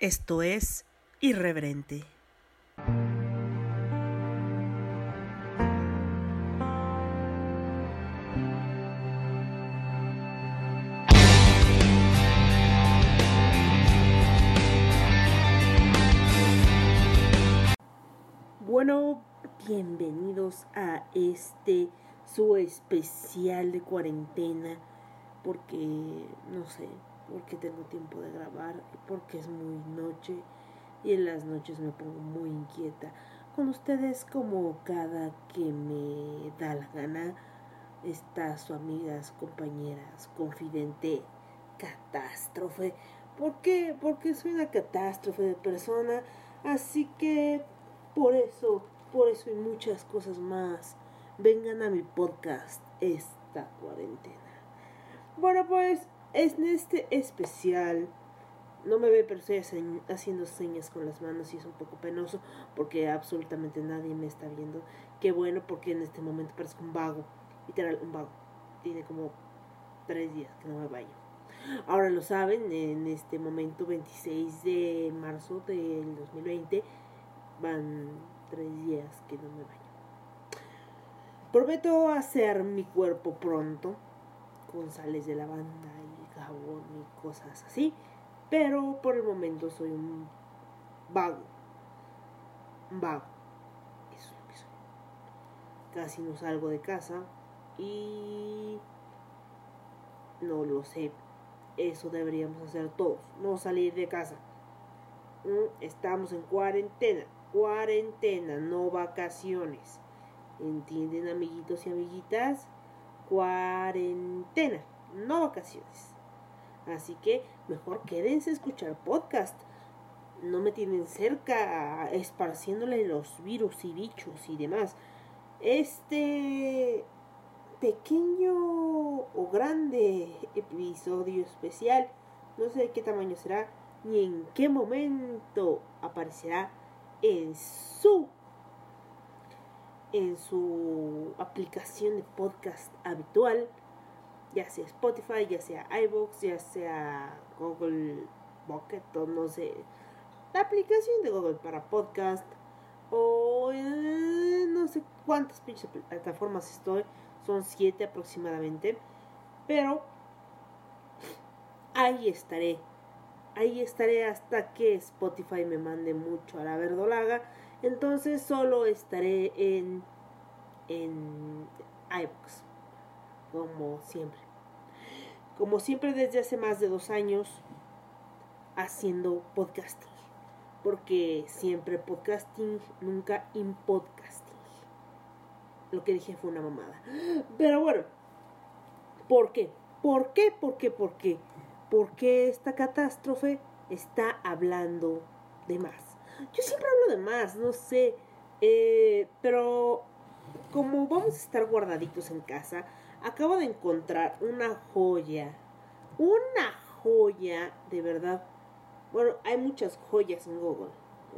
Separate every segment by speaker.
Speaker 1: Esto es Irreverente. Bueno, bienvenidos a su especial de cuarentena, porque no sé, porque tengo tiempo de grabar, porque es muy noche y en las noches me pongo muy inquieta con ustedes, como cada que me da la gana. Está su amiga, compañeras, confidente, catástrofe. ¿Por qué? Porque soy una catástrofe de persona, así que por eso y muchas cosas más, vengan a mi podcast esta cuarentena. Bueno, pues en este especial no me ve, pero estoy haciendo señas con las manos y es un poco penoso porque absolutamente nadie me está viendo. Qué bueno, porque en este momento parezco un vago, literal un vago. Tiene como 3 días que no me baño. Ahora lo saben, en este momento 26 de marzo del 2020 van 3 días que no me baño. Prometo hacer mi cuerpo pronto con sales de lavanda y jabón y cosas así, pero por el momento soy un vago. Eso es lo que soy. Casi no salgo de casa y no lo sé. Eso deberíamos hacer todos, no salir de casa. Estamos en cuarentena, no vacaciones. ¿Entienden, amiguitos y amiguitas? Cuarentena, no vacaciones. Así que mejor quédense a escuchar podcast. No me tienen cerca esparciéndole los virus y bichos y demás. Este pequeño o grande episodio especial, no sé de qué tamaño será ni en qué momento aparecerá en su aplicación de podcast habitual, ya sea Spotify, ya sea iVoox, ya sea Google Pocket, o no sé, la aplicación de Google para podcast, o no sé cuántas pinches plataformas estoy, son 7 aproximadamente, pero ahí estaré hasta que Spotify me mande mucho a la verdolaga. Entonces solo estaré en iVoox, como siempre desde hace más de 2 años haciendo podcasting, porque siempre podcasting, nunca impodcasting. Lo que dije fue una mamada, pero bueno, ¿por qué? ¿Por qué esta catástrofe está hablando de más? Yo siempre hablo de más, no sé, pero como vamos a estar guardaditos en casa, acabo de encontrar una joya de verdad. Bueno, hay muchas joyas en Google.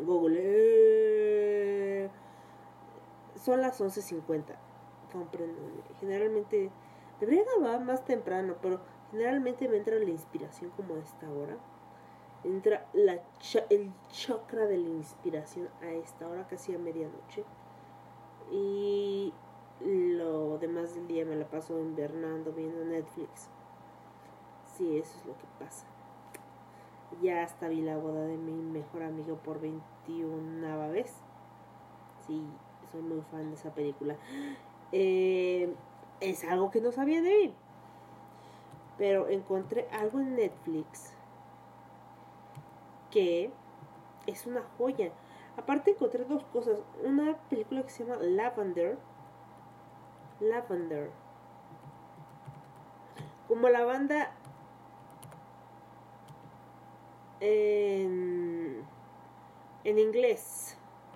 Speaker 1: Son las 11:50. Comprendo. Generalmente debería grabar más temprano, pero generalmente me entra la inspiración como a esta hora. Entra el chakra de la inspiración a esta hora, casi a medianoche. Y lo demás del día me la paso invernando, viendo Netflix. Sí, eso es lo que pasa. Ya hasta vi la boda de mi mejor amigo por 21ª vez. Sí, soy muy fan de esa película. Es algo que no sabía de mí, pero encontré algo en Netflix que es una joya. Aparte encontré 2 cosas. Una película que se llama Lavender. Como lavanda en inglés.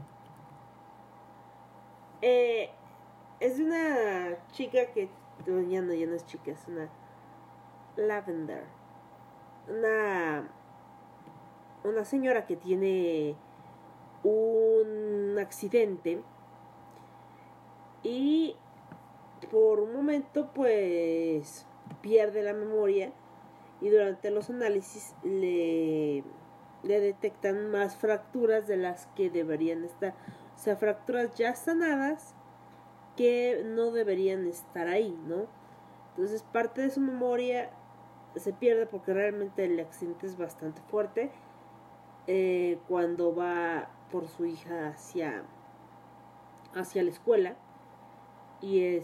Speaker 1: Es de una chica que ya no es chica, es una Lavender. Una señora que tiene un accidente y por un momento pues pierde la memoria, y durante los análisis le le detectan más fracturas de las que deberían estar. O sea, fracturas ya sanadas que no deberían estar ahí, ¿no? Entonces parte de su memoria se pierde porque realmente el accidente es bastante fuerte. Cuando va por su hija hacia la escuela y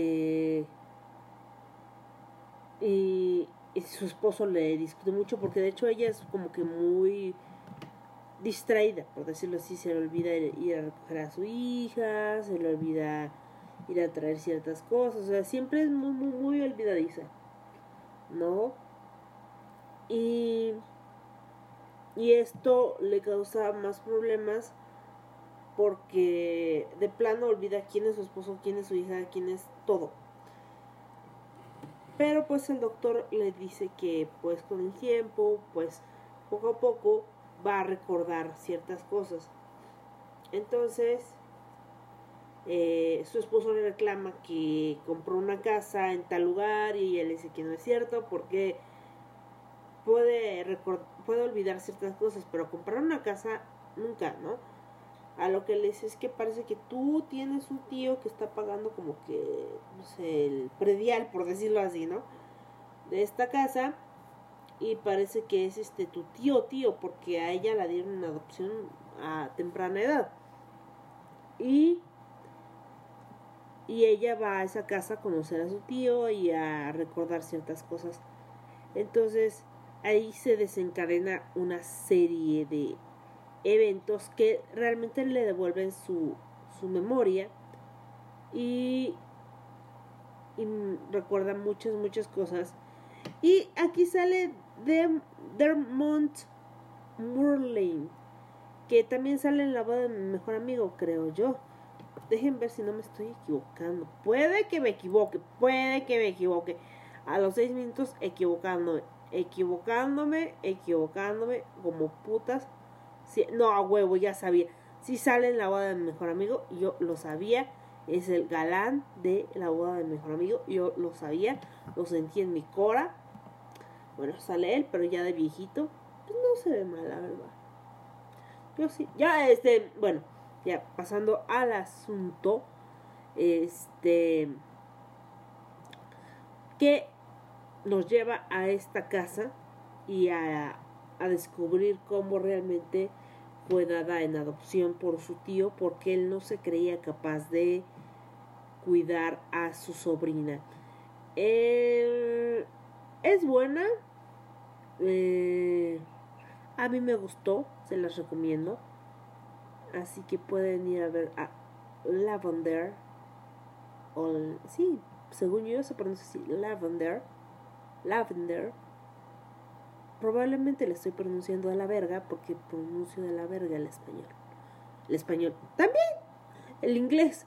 Speaker 1: y su esposo le discute mucho porque de hecho ella es como que muy distraída, por decirlo así. Se le olvida ir a recoger a su hija, se le olvida ir a traer ciertas cosas, o sea, siempre es muy, muy, muy olvidadiza, ¿no? Y esto le causa más problemas porque de plano olvida quién es su esposo, quién es su hija, quién es todo. Pero pues el doctor le dice que pues con el tiempo, pues poco a poco va a recordar ciertas cosas. Entonces su esposo le reclama que compró una casa en tal lugar y ella le dice que no es cierto porque puede olvidar ciertas cosas, pero comprar una casa nunca, ¿no? A lo que le dice es que parece que tú tienes un tío que está pagando como que, no sé, el predial, por decirlo así, ¿no? De esta casa, y parece que es tu tío, porque a ella la dieron en adopción a temprana edad. Y ella va a esa casa a conocer a su tío y a recordar ciertas cosas. Entonces ahí se desencadena una serie de eventos que realmente le devuelven su memoria y recuerda muchas cosas. Y aquí sale Dermot Mulroney, que también sale en La boda de mi mejor amigo, creo yo. Dejen ver si no me estoy equivocando. Puede que me equivoque. A los 6 minutos equivocándome, como putas. Sí, no, a huevo, ya sabía. Si sale en La boda de mi mejor amigo, yo lo sabía. Es el galán de La boda de mi mejor amigo. Yo lo sabía, lo sentí en mi cora. Bueno, sale él, pero ya de viejito. Pues no se ve mal, la verdad. Yo sí. Ya, bueno, ya pasando al asunto. Que nos lleva a esta casa y a descubrir cómo realmente fue dada en adopción por su tío, porque él no se creía capaz de cuidar a su sobrina. Es buena. A mí me gustó, se las recomiendo. Así que pueden ir a ver a Lavender. Sí, según yo se pronuncia así, Lavender. Probablemente le estoy pronunciando a la verga porque pronuncio de la verga el español. El español también. El inglés.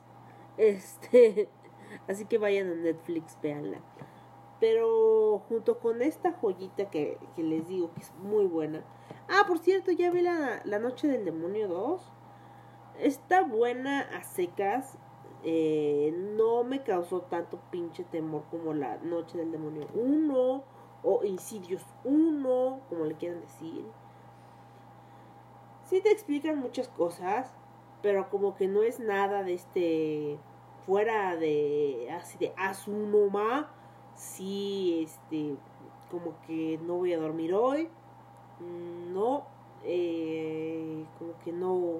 Speaker 1: Así que vayan a Netflix, véanla. Pero junto con esta joyita que les digo que es muy buena. Ah, por cierto, ya vi la Noche del Demonio 2. Está buena a secas. No me causó tanto pinche temor como la Noche del Demonio 1 o Insidious 1, como le quieran decir. Sí te explican muchas cosas, pero como que no es nada de fuera de así de Asunoma. Sí, como que no voy a dormir hoy. No, como que no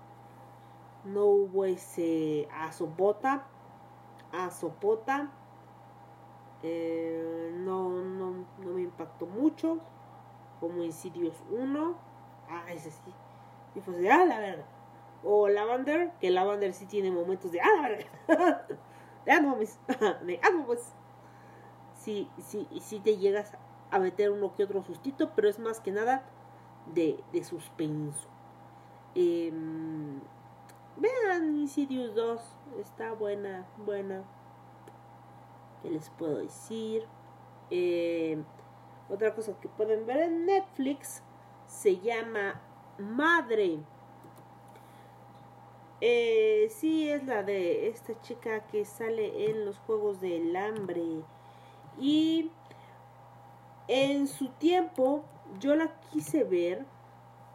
Speaker 1: hubo ese azopota. No me impactó mucho como Insidious 1. Ese sí. Y fue de la verga. O Lavender, que Lavender sí tiene momentos de la verga. No mames. Pues. Sí te llegas a meter uno que otro sustito, pero es más que nada de suspenso. Vean Insidious 2, está buena. ¿Qué les puedo decir? Otra cosa que pueden ver en Netflix se llama Madre. Sí, es la de esta chica que sale en los Juegos del Hambre. Y en su tiempo yo la quise ver,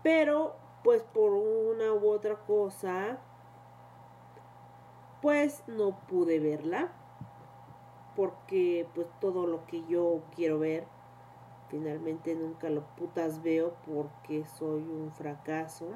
Speaker 1: Pero pues por una u otra cosa pues no pude verla, porque pues todo lo que yo quiero ver finalmente nunca lo putas veo porque soy un fracaso.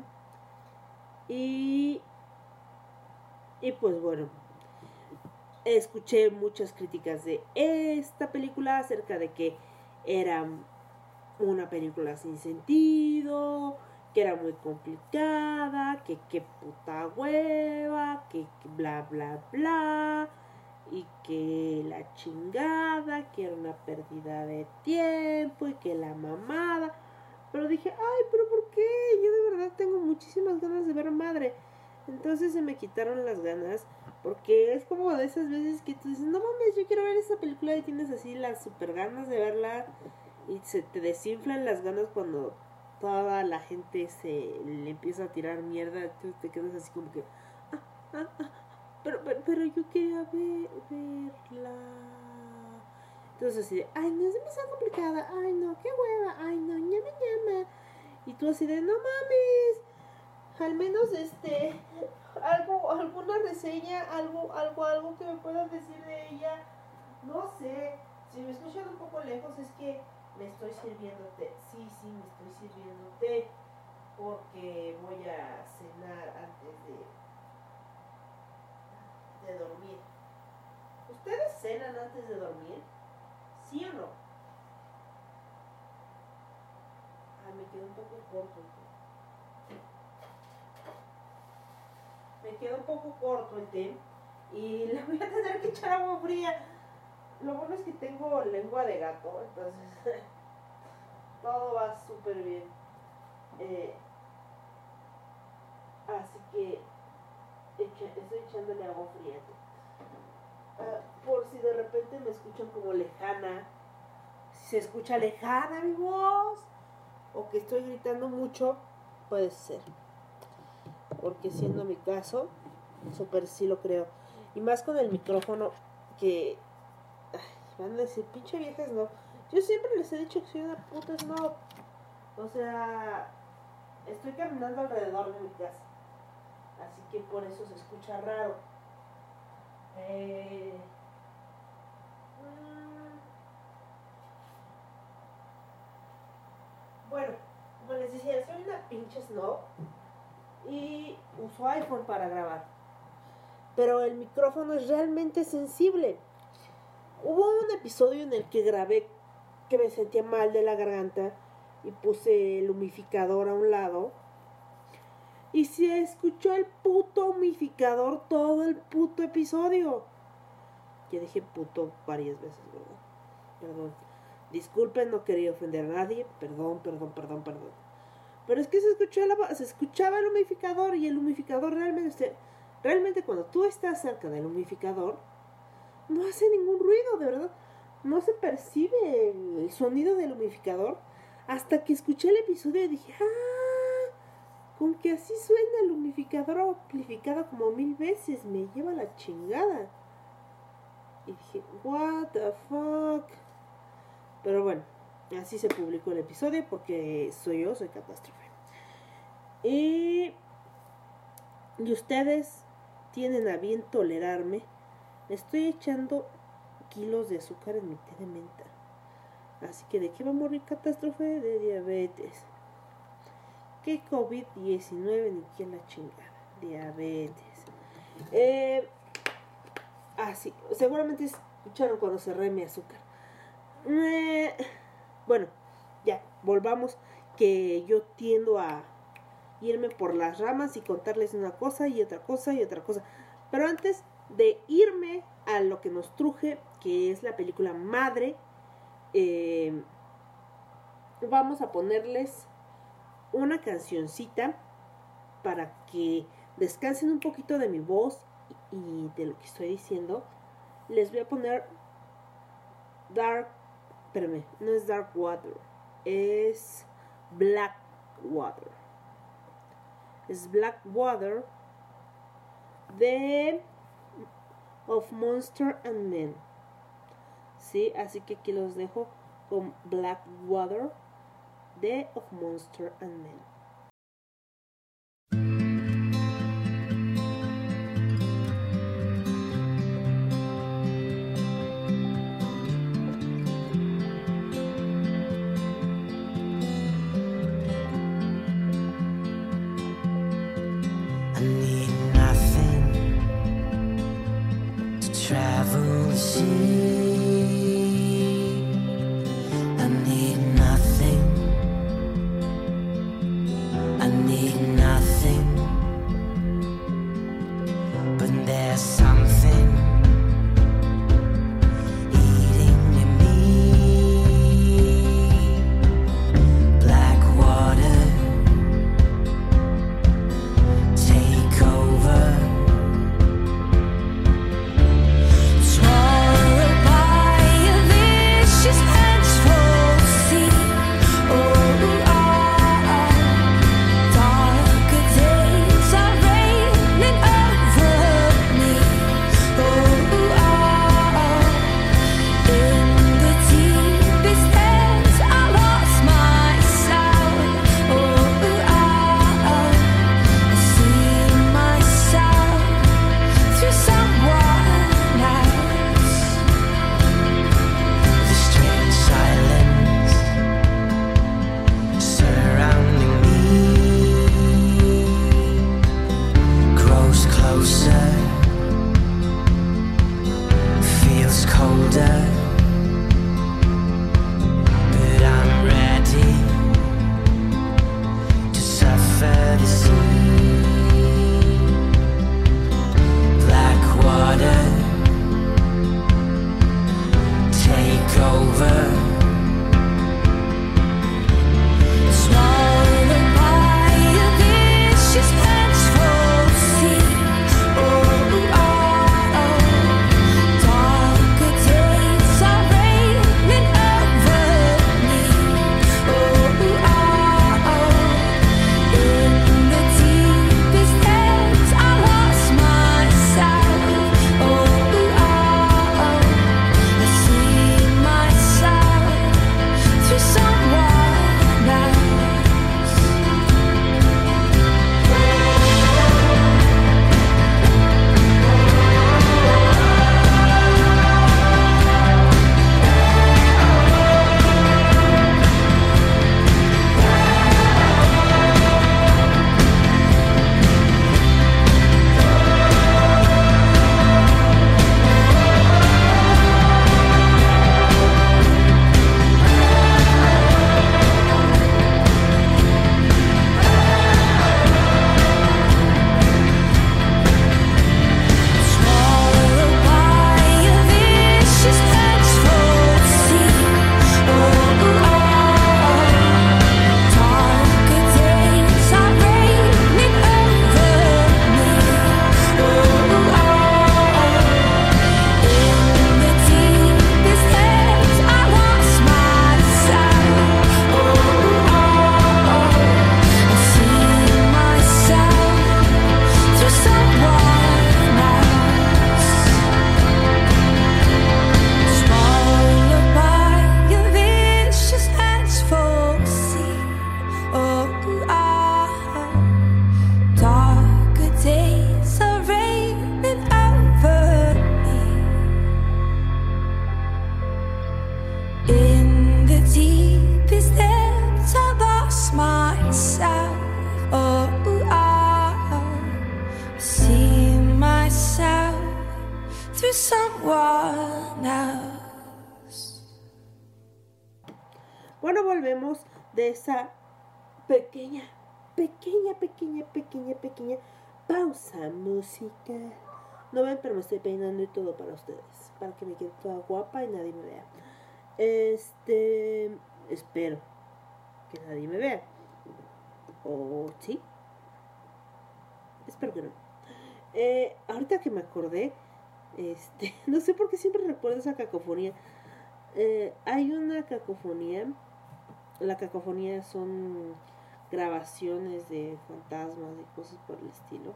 Speaker 1: Y pues bueno, escuché muchas críticas de esta película acerca de que era una película sin sentido, que era muy complicada, que qué puta hueva, que bla bla bla, y que la chingada, que era una pérdida de tiempo y que la mamada. Pero dije, ay, pero ¿por qué? Yo de verdad tengo muchísimas ganas de ver Madre. Entonces se me quitaron las ganas, porque es como de esas veces que tú dices, no mames, yo quiero ver esa película, y tienes así las super ganas de verla y se te desinflan las ganas cuando toda la gente se le empieza a tirar mierda. Tú te quedas así como que, ah, ah, ah, pero yo quería verla. Entonces así de, ay, no, es demasiado complicada, ay, no, qué hueva, ay, no, llama. Y tú así de, no mames, al menos alguna reseña, algo que me puedas decir de ella. No sé, si me escuchan un poco lejos es que me estoy sirviendo té. Sí, me estoy sirviendo té porque voy a cenar antes de dormir. ¿Ustedes cenan antes de dormir? ¿Sí o no? Ah, me quedó un poco corto el té. Me quedó un poco corto el té y le voy a tener que echar agua fría. Lo bueno es que tengo lengua de gato, entonces todo va súper bien. Así que estoy echándole agua fría. Por si de repente me escuchan como lejana, si se escucha lejana mi voz, o que estoy gritando mucho, puede ser. Porque siendo mi caso, súper sí lo creo. Y más con el micrófono que... Ay, van a decir, pinche vieja snob. Yo siempre les he dicho que soy una puta snob. O sea, estoy caminando alrededor de mi casa. Así que por eso se escucha raro. Bueno, como les decía, soy una pinche snob y uso iPhone para grabar. Pero el micrófono es realmente sensible. Hubo un episodio en el que grabé que me sentía mal de la garganta y puse el humidificador a un lado. Y se escuchó el puto humidificador todo el puto episodio. Ya dije puto varias veces, ¿verdad? Perdón. Disculpen, no quería ofender a nadie. Perdón. Pero es que se escuchaba el humidificador, y el humidificador realmente cuando tú estás cerca del humidificador no hace ningún ruido, de verdad. No se percibe el sonido del humidificador hasta que escuché el episodio y dije, con que así suena el humidificador amplificado como 1000 veces, me lleva la chingada. Y dije, what the fuck. Pero bueno, así se publicó el episodio porque soy Catástrofe. Y ustedes tienen a bien tolerarme. Me estoy echando kilos de azúcar en mi té de menta. Así que ¿de qué va a morir Catástrofe? De diabetes. ¿Qué COVID-19 ni qué la chingada? Diabetes. Sí, seguramente escucharon cuando cerré mi azúcar. Bueno, ya, volvamos, que yo tiendo a irme por las ramas y contarles una cosa y otra cosa y otra cosa. Pero antes de irme a lo que nos truje, que es la película Madre, vamos a ponerles una cancioncita para que descansen un poquito de mi voz y de lo que estoy diciendo. Les voy a poner no es Dark Water, es Black Water. Es Black Water de Of Monster and Men. Sí, así que aquí los dejo con Black Water de Of Monster and Men.
Speaker 2: travel the sea. I need nothing. I need nothing. But there's something eating in me. Black water, take over. Swallowed by a vicious vengeful sea. Oh, darker days are raining over me. Oh, in the deepest depths I lost myself. Oh, I see myself through someone else. The strange silence surrounding me grows closer, feels colder, but I'm ready to suffer the sea. Black water, take over. Swallowed by a vicious vengeful sea. Oh, darker days are raining over me. Oh, in the deepest depths I lost myself. Oh, I see myself through someone else. Swallowed by a vicious vengeful sea. Oh, darker days are raining over me. Oh, in the deepest depths I lost myself. Oh, I see myself through someone else. Swallowed by a vicious vengeful sea. Oh, darker days are raining over me. In the deepest depths I lost myself. Oh, I see myself through someone else.
Speaker 1: Bueno, volvemos de esa pequeña pausa musical. No ven, pero me estoy peinando y todo para ustedes, para que me quede toda guapa y nadie me vea. Espero que nadie me vea. ¿O sí? Espero que no. Ahorita que me acordé, no sé por qué siempre recuerdo esa cacofonía. Hay una cacofonía. La cacofonía son grabaciones de fantasmas y cosas por el estilo,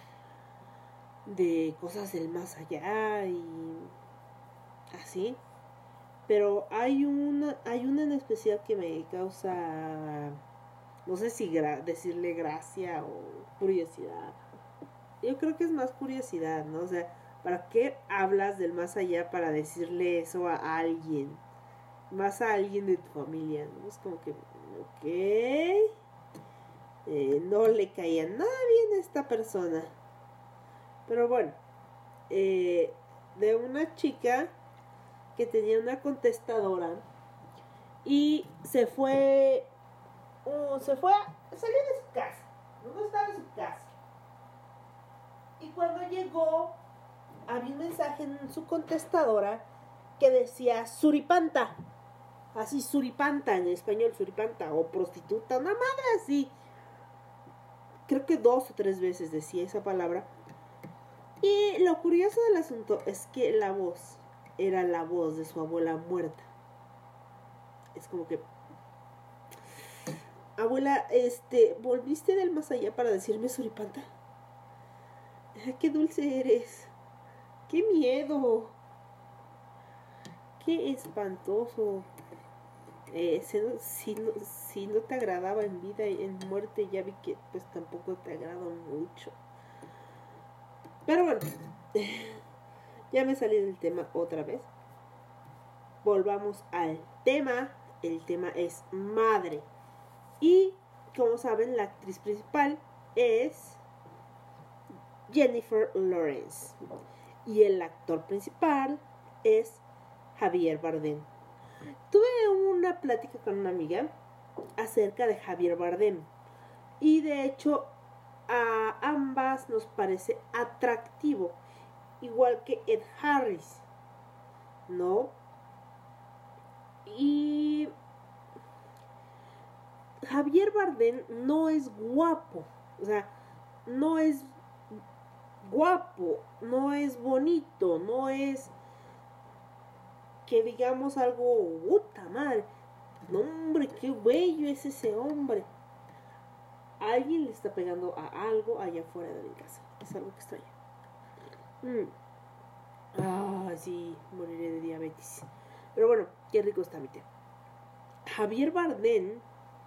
Speaker 1: de cosas del más allá y así. Pero hay una en especial que me causa, no sé si decirle gracia o curiosidad. Yo creo que es más curiosidad, ¿no? O sea, ¿para qué hablas del más allá para decirle eso a alguien? Más a alguien de tu familia, ¿no? Es como que, ok, no le caía nada bien a esta persona. Pero bueno, de una chica que tenía una contestadora y salió de su casa, no estaba en su casa. Y cuando llegó, había un mensaje en su contestadora que decía suripanta, así suripanta en español, suripanta o prostituta, una madre así. Creo que 2 o 3 veces decía esa palabra. Y lo curioso del asunto es que la voz era la voz de su abuela muerta. Es como que, abuela, ¿volviste del más allá para decirme suripanta? ¡Qué dulce eres! ¡Qué miedo! ¡Qué espantoso! Si no te agradaba en vida y en muerte, ya vi que pues tampoco te agrada mucho. Pero bueno, ya me salí del tema otra vez. Volvamos al tema. El tema es madre. Y como saben, la actriz principal es Jennifer Lawrence. Y el actor principal es Javier Bardem. Tuve una plática con una amiga acerca de Javier Bardem. Y de hecho, a ambas nos parece atractivo. Igual que Ed Harris, ¿no? Y Javier Bardem no es guapo. O sea, no es guapo, no es bonito, no es que digamos algo, puta madre, no hombre, qué bello es ese hombre. Alguien le está pegando a algo allá afuera de mi casa, es algo que extraño. Sí, moriré de diabetes. Pero bueno, qué rico está mi té. Javier Bardem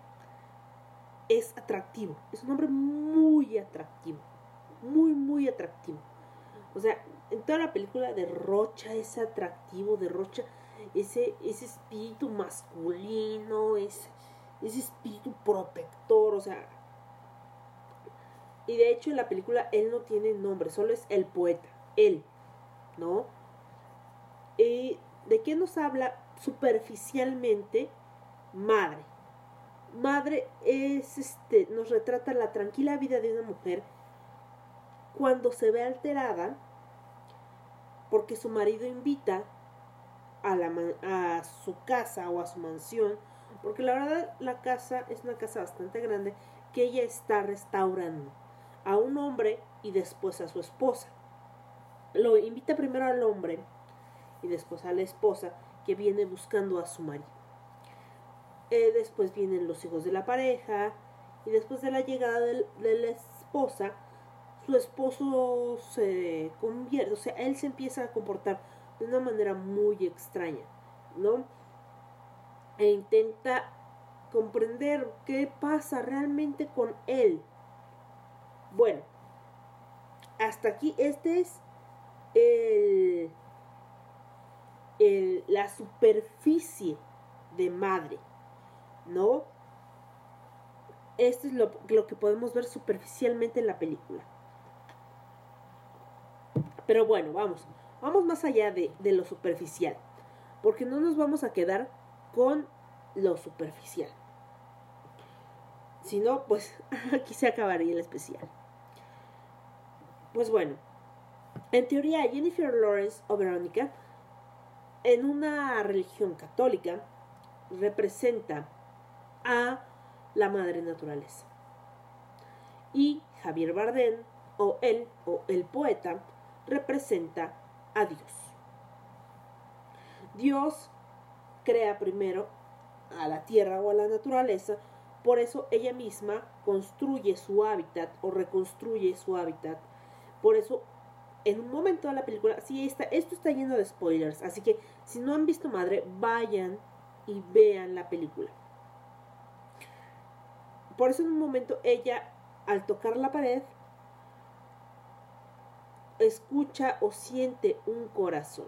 Speaker 1: es atractivo, es un hombre muy atractivo, muy atractivo. O sea, en toda la película derrocha ese atractivo, derrocha ese espíritu masculino, ese espíritu protector, o sea. Y de hecho en la película él no tiene nombre, solo es el poeta, él, ¿no? ¿De qué nos habla superficialmente? Madre. Madre es, nos retrata la tranquila vida de una mujer cuando se ve alterada porque su marido invita a su casa o a su mansión, porque la verdad la casa es una casa bastante grande que ella está restaurando, a un hombre y después a su esposa. Lo invita primero al hombre y después a la esposa que viene buscando a su marido. Después vienen los hijos de la pareja y después de la llegada de la esposa, su esposo se convierte, o sea, él se empieza a comportar de una manera muy extraña, ¿no? E intenta comprender qué pasa realmente con él. Bueno, hasta aquí este es la superficie de madre, ¿no? Esto es lo que podemos ver superficialmente en la película. Pero bueno, vamos más allá de lo superficial, porque no nos vamos a quedar con lo superficial. Si no, pues aquí se acabaría el especial. Pues bueno, en teoría Jennifer Lawrence o Verónica, en una religión católica, representa a la madre naturaleza. Y Javier Bardem, o el poeta, representa a Dios. Dios crea primero a la tierra o a la naturaleza, por eso ella misma construye su hábitat o reconstruye su hábitat. Por eso en un momento de la película, esto está lleno de spoilers, así que si no han visto Madre, vayan y vean la película. Por eso en un momento ella, al tocar la pared, escucha o siente un corazón,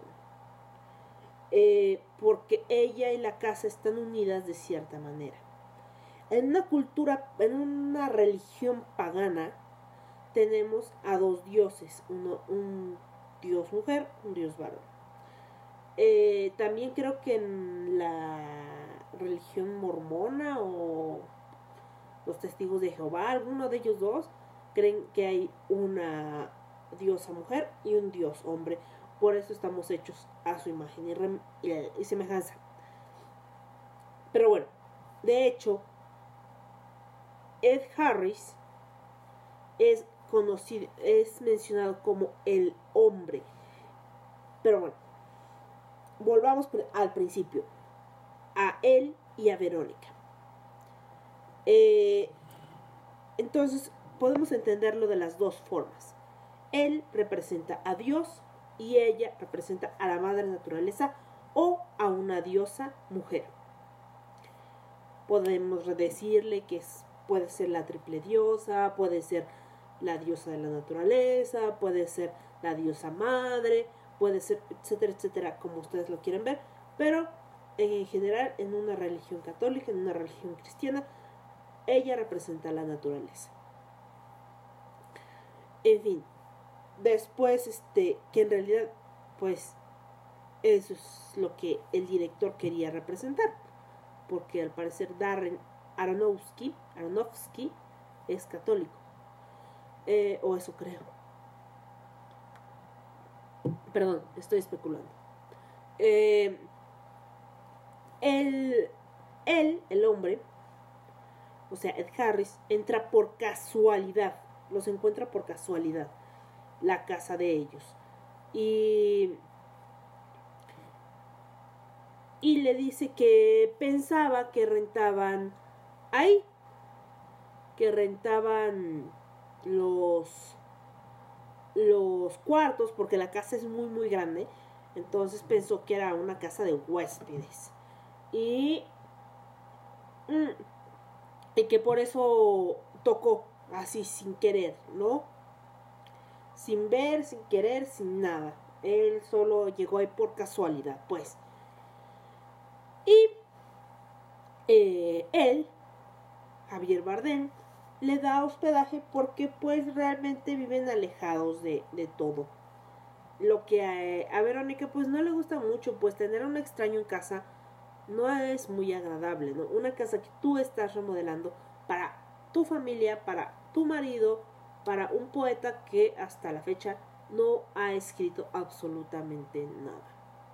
Speaker 1: porque ella y la casa están unidas de cierta manera. En una cultura, en una religión pagana, tenemos a dos dioses, dios mujer, un dios varón. También creo que en la religión mormona o los testigos de Jehová, alguno de ellos dos, creen que hay una diosa mujer y un dios hombre. Por eso estamos hechos a su imagen y semejanza. Pero bueno, de hecho, Ed Harris es conocido, es mencionado como el hombre. Pero bueno, volvamos al principio, a él y a Verónica. Entonces podemos entenderlo de las dos formas. Él representa a Dios y ella representa a la madre naturaleza o a una diosa mujer. Podemos decirle que puede ser la triple diosa, puede ser la diosa de la naturaleza, puede ser la diosa madre, puede ser etcétera, etcétera, como ustedes lo quieren ver, pero en general en una religión católica, en una religión cristiana, ella representa la naturaleza. En fin, después que en realidad pues eso es lo que el director quería representar, porque al parecer Darren Aronofsky es católico, o eso creo. Perdón, estoy especulando. El hombre, o sea, Ed Harris, entra por casualidad, los encuentra por casualidad, la casa de ellos. Y le dice que pensaba que rentaban ahí, que rentaban los cuartos, porque la casa es muy muy grande. Entonces pensó que era una casa de huéspedes y que por eso tocó así sin querer, ¿no? Sin ver, sin querer, sin nada. Él solo llegó ahí por casualidad, pues. Y él, Javier Bardem, le da hospedaje porque pues realmente viven alejados de todo. Lo que a Verónica pues no le gusta mucho, pues tener a un extraño en casa no es muy agradable, ¿no? Una casa que tú estás remodelando para tu familia, para tu marido, para un poeta que hasta la fecha no ha escrito absolutamente nada.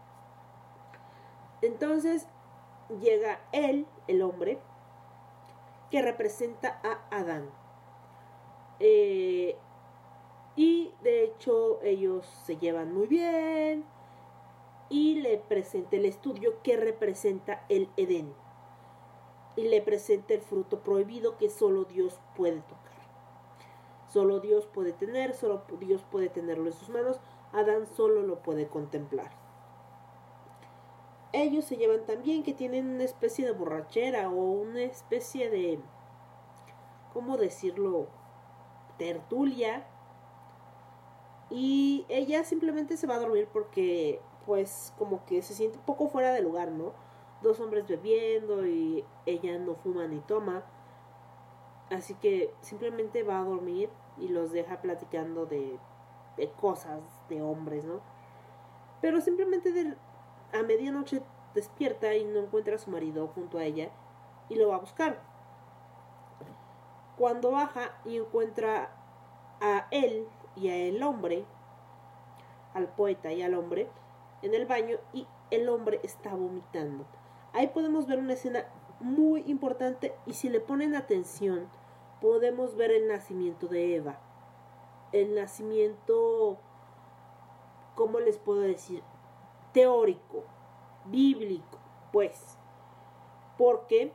Speaker 1: Entonces llega él, el hombre, que representa a Adán. Y de hecho ellos se llevan muy bien y le presenta el estudio que representa el Edén. Y le presenta el fruto prohibido que solo Dios puede tocar. Solo Dios puede tener, solo Dios puede tenerlo en sus manos. Adán solo lo puede contemplar. Ellos se llevan tan bien que tienen una especie de borrachera o una especie de, ¿cómo decirlo?, tertulia. Y ella simplemente se va a dormir porque pues como que se siente un poco fuera de lugar, ¿no? Dos hombres bebiendo y ella no fuma ni toma. Así que simplemente va a dormir y los deja platicando de cosas de hombres, ¿no? Pero simplemente a medianoche despierta y no encuentra a su marido junto a ella y lo va a buscar. Cuando baja y encuentra a él y a el hombre, al poeta y al hombre, en el baño, y el hombre está vomitando. Ahí podemos ver una escena muy importante y si le ponen atención podemos ver el nacimiento de Eva. El nacimiento, ¿cómo les puedo decir?, teórico, bíblico, pues. Porque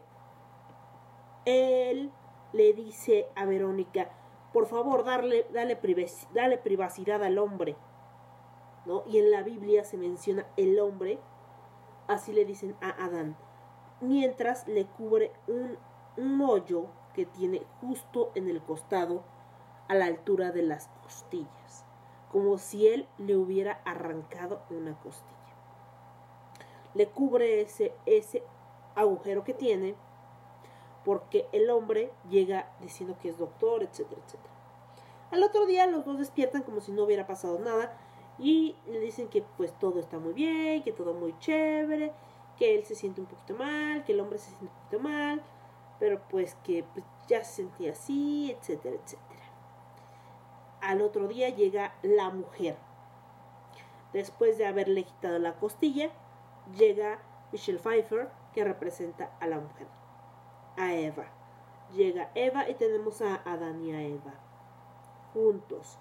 Speaker 1: él le dice a Verónica, por favor, dale privacidad al hombre, ¿no? Y en la Biblia se menciona el hombre, así le dicen a Adán, mientras le cubre un hoyo que tiene justo en el costado, a la altura de las costillas, como si él le hubiera arrancado una costilla. Le cubre ese agujero que tiene, porque el hombre llega diciendo que es doctor, etcétera, etcétera. Al otro día los dos despiertan como si no hubiera pasado nada y le dicen que pues todo está muy bien, que todo muy chévere, que él se siente un poquito mal, que el hombre se siente un poquito mal, pero pues que pues, ya se sentía así, etcétera, etcétera. Al otro día llega la mujer. Después de haberle quitado la costilla, llega Michelle Pfeiffer, que representa a la mujer, a Eva. Llega Eva y tenemos a Adán y a Eva juntos.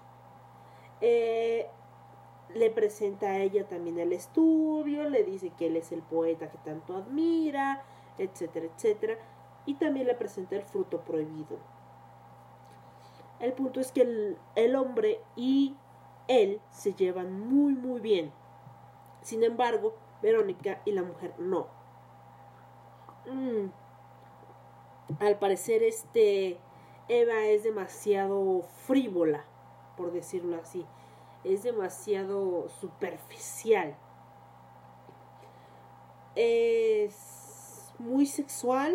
Speaker 1: Le presenta a ella también el estudio, le dice que él es el poeta que tanto admira, etcétera, etcétera. Y también le presenta el fruto prohibido. El punto es que el hombre y él se llevan muy muy bien. Sin embargo, Verónica y la mujer no. Al parecer Eva es demasiado frívola, por decirlo así. Es demasiado superficial. Es muy sexual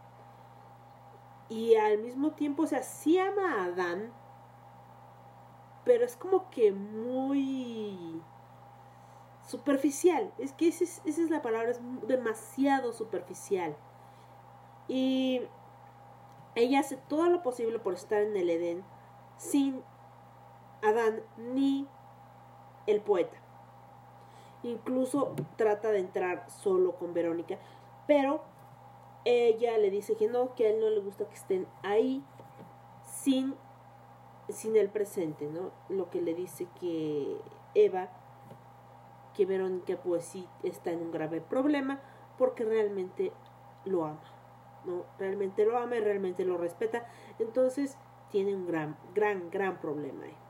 Speaker 1: y al mismo tiempo, o sea, sí ama a Adán, pero es como que muy superficial. Es que esa es la palabra, es demasiado superficial. Y ella hace todo lo posible por estar en el Edén sin Adán ni el poeta. Incluso trata de entrar solo con Verónica, pero ella le dice que no, que a él no le gusta que estén ahí sin el presente, ¿no? Lo que le dice que Eva, que Verónica pues sí está en un grave problema porque realmente lo ama, ¿no? Realmente lo ama y realmente lo respeta. Entonces tiene un gran problema ahí.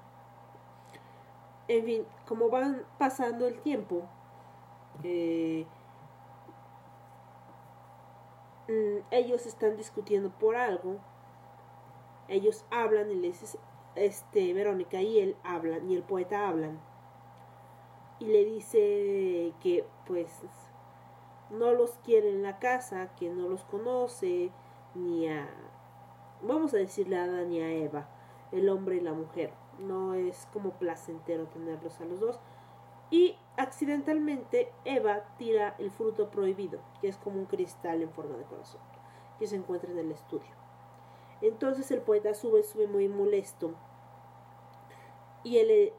Speaker 1: En fin, como van pasando el tiempo, ellos están discutiendo por algo. Ellos hablan y le dices, Verónica y él hablan, y el poeta hablan. Y le dice que pues no los quiere en la casa, que no los conoce, ni a, vamos a decirle a Adán ni a Eva, el hombre y la mujer. No es como placentero tenerlos a los dos. Y accidentalmente Eva tira el fruto prohibido, que es como un cristal en forma de corazón, que se encuentra en el estudio. Entonces el poeta sube muy molesto. Y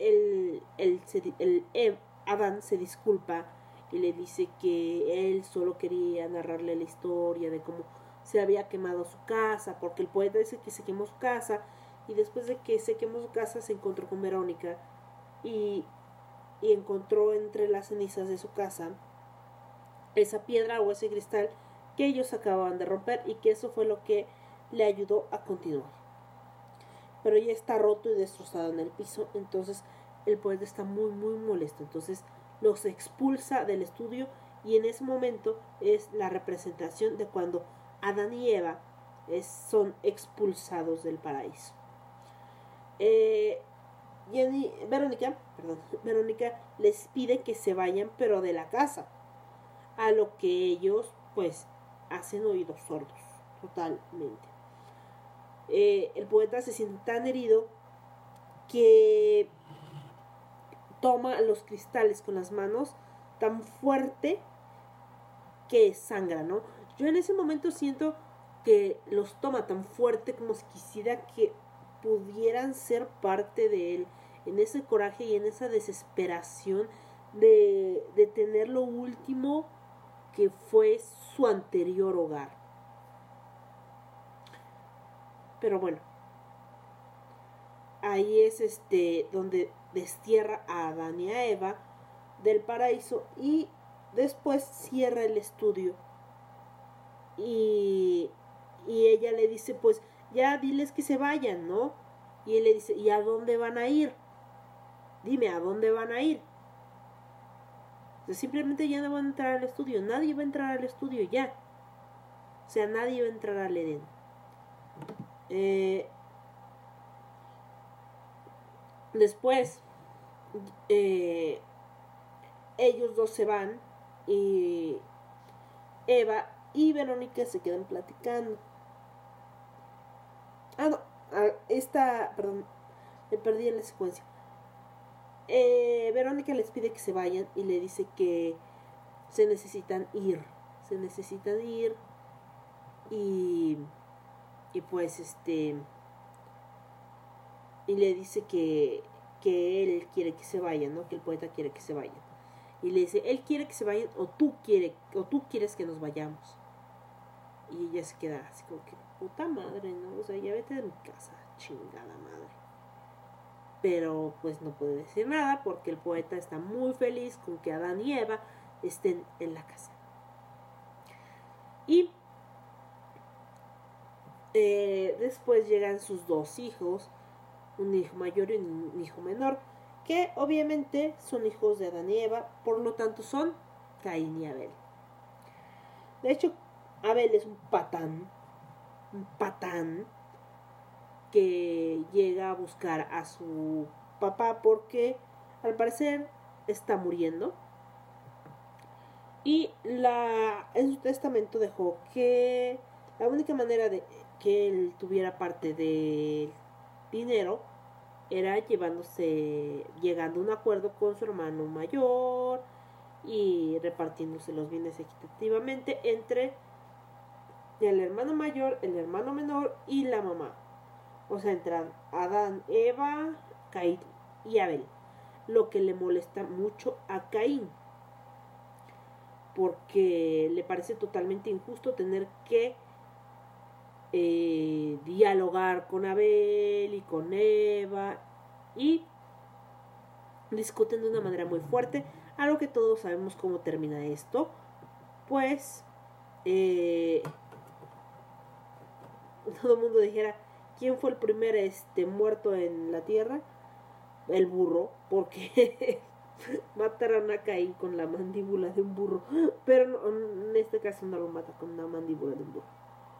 Speaker 1: Adán se disculpa y le dice que él solo quería narrarle la historia de cómo se había quemado su casa, porque el poeta dice que se quemó su casa, y después de que se quemó su casa se encontró con Verónica y encontró entre las cenizas de su casa esa piedra o ese cristal que ellos acababan de romper, y que eso fue lo que le ayudó a continuar. Pero ya está roto y destrozado en el piso. Entonces el poeta está muy molesto. Entonces los expulsa del estudio, y en ese momento es la representación de cuando Adán y Eva son expulsados del paraíso. Verónica les pide que se vayan, pero de la casa, a lo que ellos pues hacen oídos sordos totalmente. El poeta se siente tan herido que toma los cristales con las manos tan fuerte que sangra, ¿no? Yo en ese momento siento que los toma tan fuerte como si quisiera que pudieran ser parte de él, en ese coraje y en esa desesperación de tener lo último que fue su anterior hogar. Pero bueno, ahí es donde destierra a Adán y a Eva del paraíso, y después cierra el estudio, y ella le dice pues ya diles que se vayan, ¿no? Y él le dice, ¿y a dónde van a ir? Dime, ¿a dónde van a ir? O sea, simplemente ya no van a entrar al estudio, nadie va a entrar al estudio ya. O sea, nadie va a entrar al Edén. Después ellos dos se van y Eva y Verónica se quedan platicando. Perdón, me perdí en la secuencia. Verónica les pide que se vayan y le dice que se necesitan ir. Se necesitan ir. Y pues y le dice que él quiere que se vayan, ¿no? Que el poeta quiere que se vayan. Y le dice, él quiere que se vayan o tú quieres que nos vayamos. Y ella se queda así como que, puta madre, ¿no? O sea, ya vete de mi casa, chingada madre. Pero pues no puede decir nada porque el poeta está muy feliz con que Adán y Eva estén en la casa. Y después llegan sus dos hijos, un hijo mayor y un hijo menor, que obviamente son hijos de Adán y Eva, por lo tanto son Caín y Abel. De hecho, Abel es un patán que llega a buscar a su papá porque al parecer está muriendo. Y en su testamento dejó que la única manera de que él tuviera parte del dinero era llegando a un acuerdo con su hermano mayor y repartiéndose los bienes equitativamente entre el hermano mayor, el hermano menor y la mamá. O sea, entran Adán, Eva, Caín y Abel. Lo que le molesta mucho a Caín, porque le parece totalmente injusto tener que dialogar con Abel y con Eva y discuten de una manera muy fuerte, algo que todos sabemos cómo termina esto. Pues todo el mundo dijera, ¿quién fue el primer muerto en la tierra? El burro, porque mataron a Caín con la mandíbula de un burro, pero no, en este caso no lo mata con una mandíbula de un burro.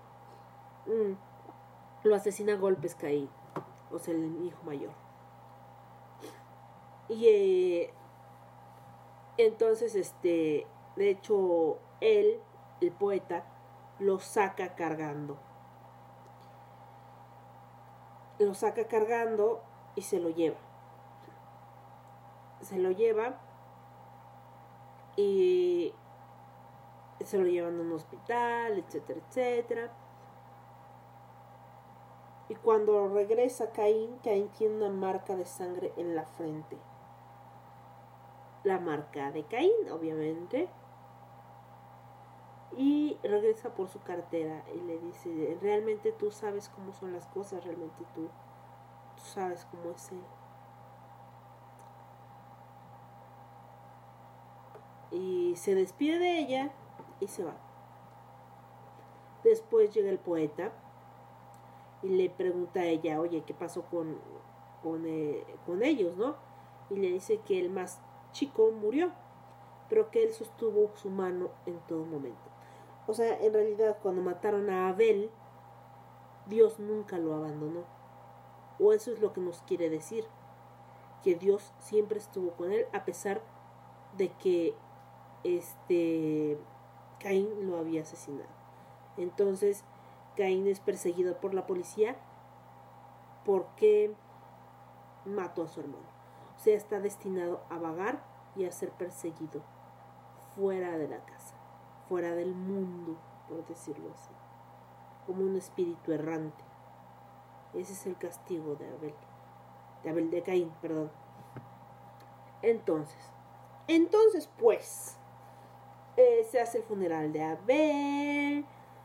Speaker 1: Lo asesina a golpes Caín, o sea, el hijo mayor. Y entonces, de hecho, él, el poeta, lo saca cargando. Lo saca cargando y se lo lleva. Se lo lleva y se lo llevan a un hospital, etcétera, etcétera. Y cuando regresa Caín tiene una marca de sangre en la frente. La marca de Caín, obviamente. Y regresa por su cartera y le dice, realmente tú sabes cómo son las cosas, realmente tú sabes cómo es él. Y se despide de ella y se va. Después llega el poeta y le pregunta a ella, oye, ¿qué pasó con ellos, no? Y le dice que el más chico murió, pero que él sostuvo su mano en todo momento. O sea, en realidad cuando mataron a Abel, Dios nunca lo abandonó. O eso es lo que nos quiere decir, que Dios siempre estuvo con él a pesar de que Caín lo había asesinado. Entonces Caín es perseguido por la policía porque mató a su hermano. O sea, está destinado a vagar y a ser perseguido fuera de la casa, fuera del mundo, por decirlo así, como un espíritu errante. Ese es el castigo de Caín, perdón. Entonces pues se hace el funeral de Abel,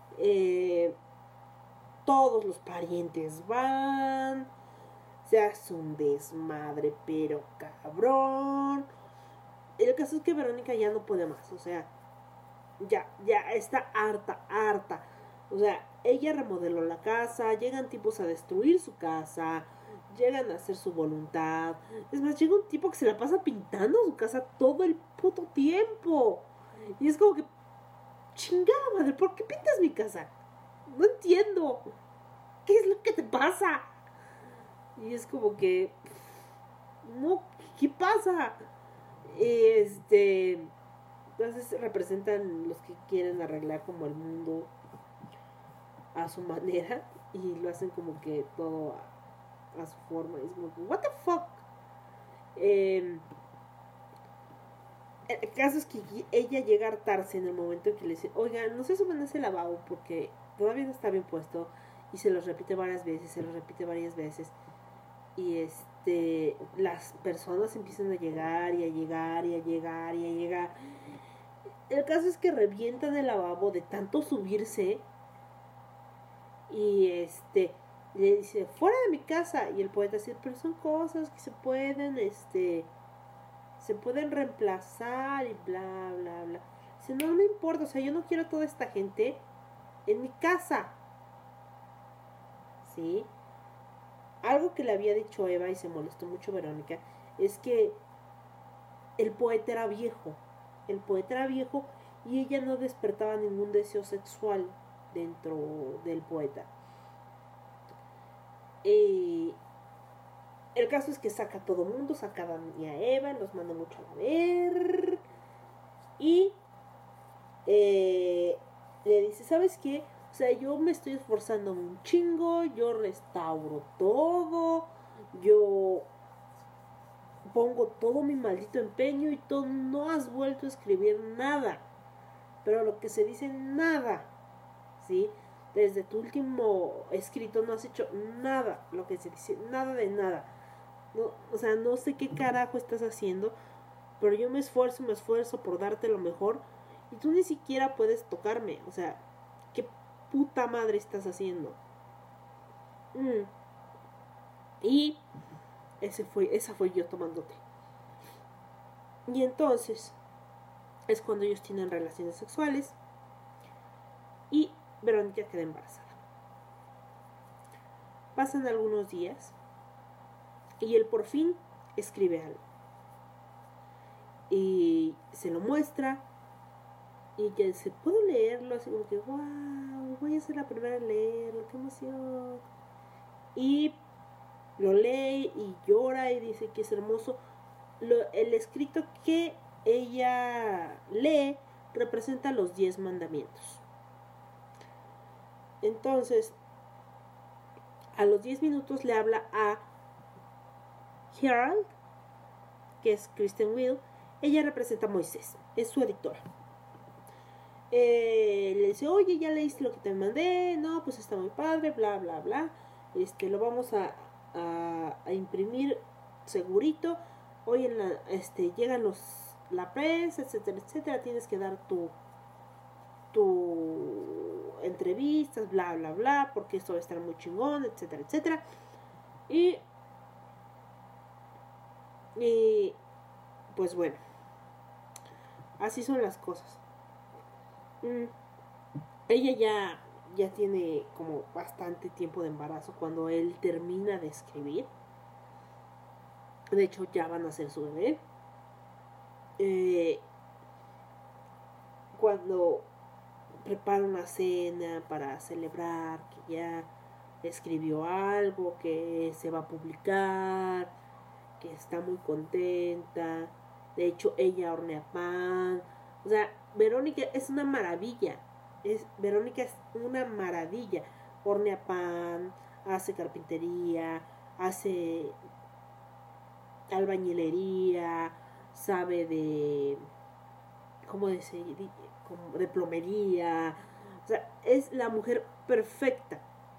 Speaker 1: todos los parientes van, se hace un desmadre, pero cabrón. El caso es que Verónica ya no puede más, o sea, ya está harta. O sea, ella remodeló la casa, llegan tipos a destruir su casa, llegan a hacer su voluntad. Es más, llega un tipo que se la pasa pintando su casa todo el puto tiempo. Y es como que, chingada madre, ¿por qué pintas mi casa? No entiendo. ¿Qué es lo que te pasa? Y es como que, no, ¿qué pasa? Entonces representan los que quieren arreglar como el mundo a su manera y lo hacen como que todo a su forma. Y es como que, what the fuck. El caso es que ella llega a hartarse en el momento en que le dice, oiga, no se suben a ese lavabo porque todavía no está bien puesto. Y se los repite varias veces, Y las personas empiezan a llegar y a llegar y a llegar y a llegar. El caso es que revientan el lavabo de tanto subirse. Y le dice, fuera de mi casa. Y el poeta dice, pero son cosas que se pueden reemplazar y bla, bla, bla. Dice, no me importa, o sea, yo no quiero toda esta gente en mi casa. ¿Sí? Algo que le había dicho Eva y se molestó mucho Verónica es que el poeta era viejo. El poeta era viejo y ella no despertaba ningún deseo sexual dentro del poeta. El caso es que saca a todo el mundo, saca a Dani y a Eva, los manda mucho a ver. Y le dice, ¿sabes qué? O sea, yo me estoy esforzando un chingo, yo restauro todo, yo pongo todo mi maldito empeño y tú no has vuelto a escribir nada. Pero lo que se dice, nada, ¿sí? Desde tu último escrito no has hecho nada, lo que se dice, nada de nada. No, o sea, no sé qué carajo estás haciendo, pero yo me esfuerzo por darte lo mejor y tú ni siquiera puedes tocarme. O sea, ¿qué puta madre estás haciendo? Y esa fue yo tomándote. Y entonces es cuando ellos tienen relaciones sexuales y Verónica queda embarazada. Pasan algunos días y él por fin escribe algo y se lo muestra y ella dice, ¿puedo leerlo? Así como que, wow, voy a ser la primera en leerlo, qué emoción. Y lo lee y llora y dice que es hermoso. El escrito que ella lee representa los 10 mandamientos. Entonces, a los 10 minutos le habla a Gerald, que es Kristen Wiig. Ella representa a Moisés, es su editora. Le dice, oye, ¿ya leíste lo que te mandé? No, pues está muy padre, bla, bla, bla. Lo vamos a imprimir segurito. Hoy llegan la prensa, etcétera, etcétera. Tienes que dar tu entrevistas, bla, bla, bla, porque esto va a estar muy chingón, etcétera, etcétera. Y pues bueno, así son las cosas. Ella ya tiene como bastante tiempo de embarazo cuando él termina de escribir. De hecho, ya van a ser su bebé. Cuando prepara una cena para celebrar que ya escribió algo, que se va a publicar, que está muy contenta. De hecho, ella hornea pan. O sea, Verónica es una maravilla. Verónica es una maravilla. Hornea pan, hace carpintería, hace albañilería, sabe de de plomería. O sea, es la mujer perfecta.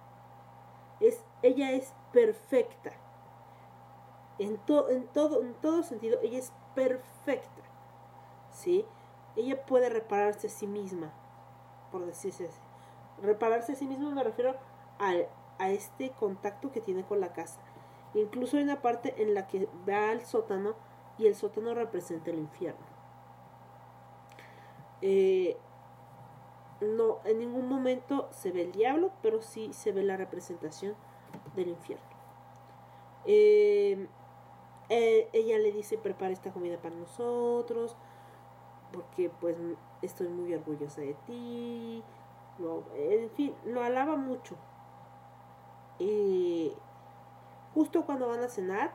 Speaker 1: Ella es perfecta. En todo sentido, ella es perfecta. ¿Sí? Ella puede repararse a sí misma, por decirse así. Repararse a sí misma me refiero a este contacto que tiene con la casa. Incluso hay una parte en la que va al sótano y el sótano representa el infierno. No, en ningún momento se ve el diablo, pero sí se ve la representación del infierno. Ella le dice, prepara esta comida para nosotros, porque pues estoy muy orgullosa de ti. En fin, lo alaba mucho. Justo cuando van a cenar,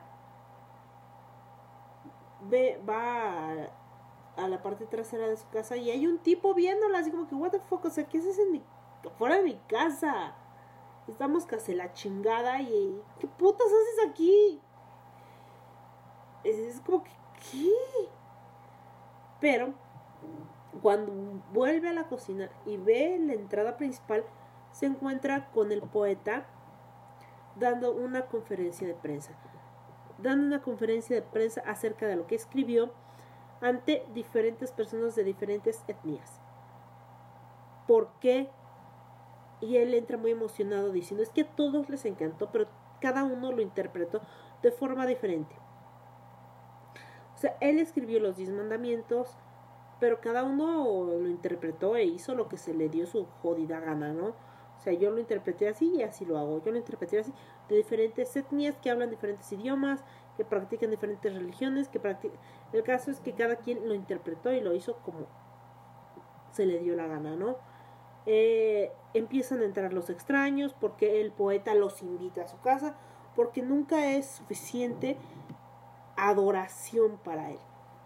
Speaker 1: va a la parte trasera de su casa y hay un tipo viéndola así como que, what the fuck, o sea, ¿qué haces fuera de mi casa? Estamos casi la chingada y ¿qué putas haces aquí? es como que, ¿qué? Pero cuando vuelve a la cocina y ve la entrada principal, se encuentra con el poeta dando una conferencia de prensa. Dando una conferencia de prensa acerca de lo que escribió ante diferentes personas de diferentes etnias. ¿Por qué? Y él entra muy emocionado diciendo, es que a todos les encantó, pero cada uno lo interpretó de forma diferente. O sea, él escribió los 10 mandamientos, pero cada uno lo interpretó e hizo lo que se le dio su jodida gana, ¿no? O sea, yo lo interpreté así y así lo hago. Yo lo interpreté así, de diferentes etnias que hablan diferentes idiomas, que practican diferentes religiones, El caso es que cada quien lo interpretó y lo hizo como se le dio la gana, ¿no? Empiezan a entrar los extraños porque el poeta los invita a su casa, porque nunca es suficiente adoración para él.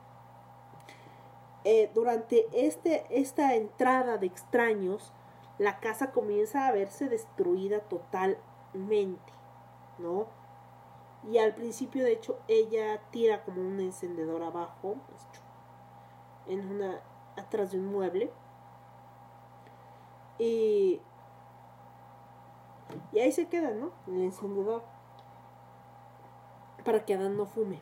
Speaker 1: Durante esta entrada de extraños, la casa comienza a verse destruida totalmente, ¿no? Y al principio, de hecho, ella tira como un encendedor abajo, atrás de un mueble, y ahí se queda, ¿no? El encendedor, para que Adán no fume.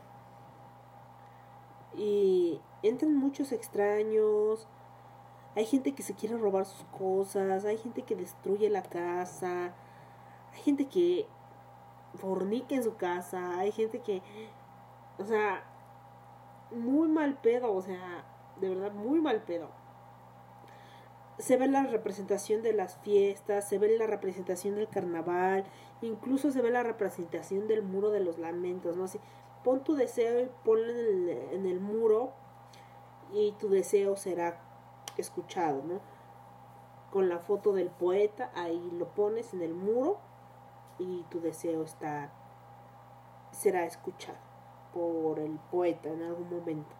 Speaker 1: Y entran muchos extraños. Hay gente que se quiere robar sus cosas. Hay gente que destruye la casa. Hay gente que fornica en su casa. Hay gente que, o sea, muy mal pedo. O sea, de verdad, muy mal pedo. Se ve la representación de las fiestas. Se ve la representación del carnaval. Incluso se ve la representación del muro de los lamentos, ¿no? Así, pon tu deseo y ponlo en el muro y tu deseo será escuchado, ¿no? Con la foto del poeta, ahí lo pones en el muro y tu deseo será escuchado por el poeta en algún momento.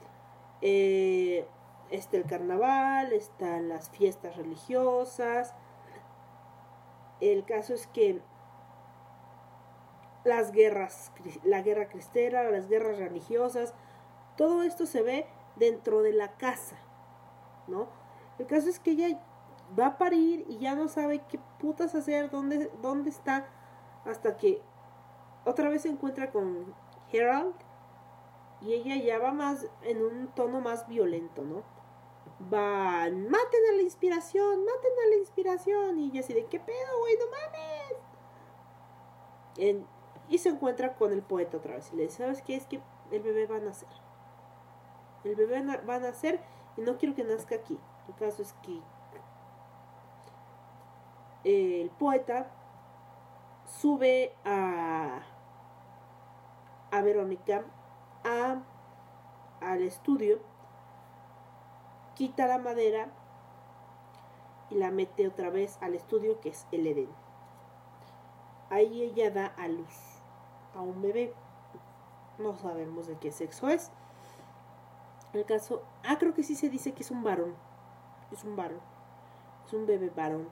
Speaker 1: Está el carnaval, están las fiestas religiosas. El caso es que la guerra cristera, las guerras religiosas, todo esto se ve dentro de la casa, ¿no? El caso es que ella va a parir y ya no sabe qué putas hacer, dónde está, hasta que otra vez se encuentra con Harold y ella ya va más en un tono más violento, ¿no? Maten a la inspiración, y ella así de, ¿qué pedo, güey? No mames. Y se encuentra con el poeta otra vez y le dice, ¿sabes qué? Es que el bebé va a nacer. El bebé va a nacer y no quiero que nazca aquí. El caso es que el poeta sube a Verónica al estudio, quita la madera y la mete otra vez al estudio, que es el Edén. Ahí ella da a luz a un bebé. No sabemos de qué sexo es. El caso, creo que sí se dice que es un varón. Es un bebé varón.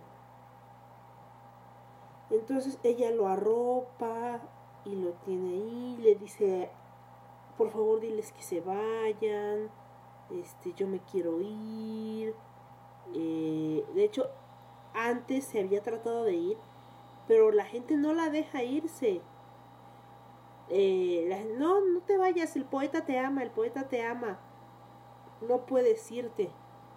Speaker 1: Entonces ella lo arropa y lo tiene ahí, le dice, por favor diles que se vayan, yo me quiero ir. De hecho, antes se había tratado de ir, pero la gente no la deja irse. No te vayas, el poeta te ama, no puedes irte.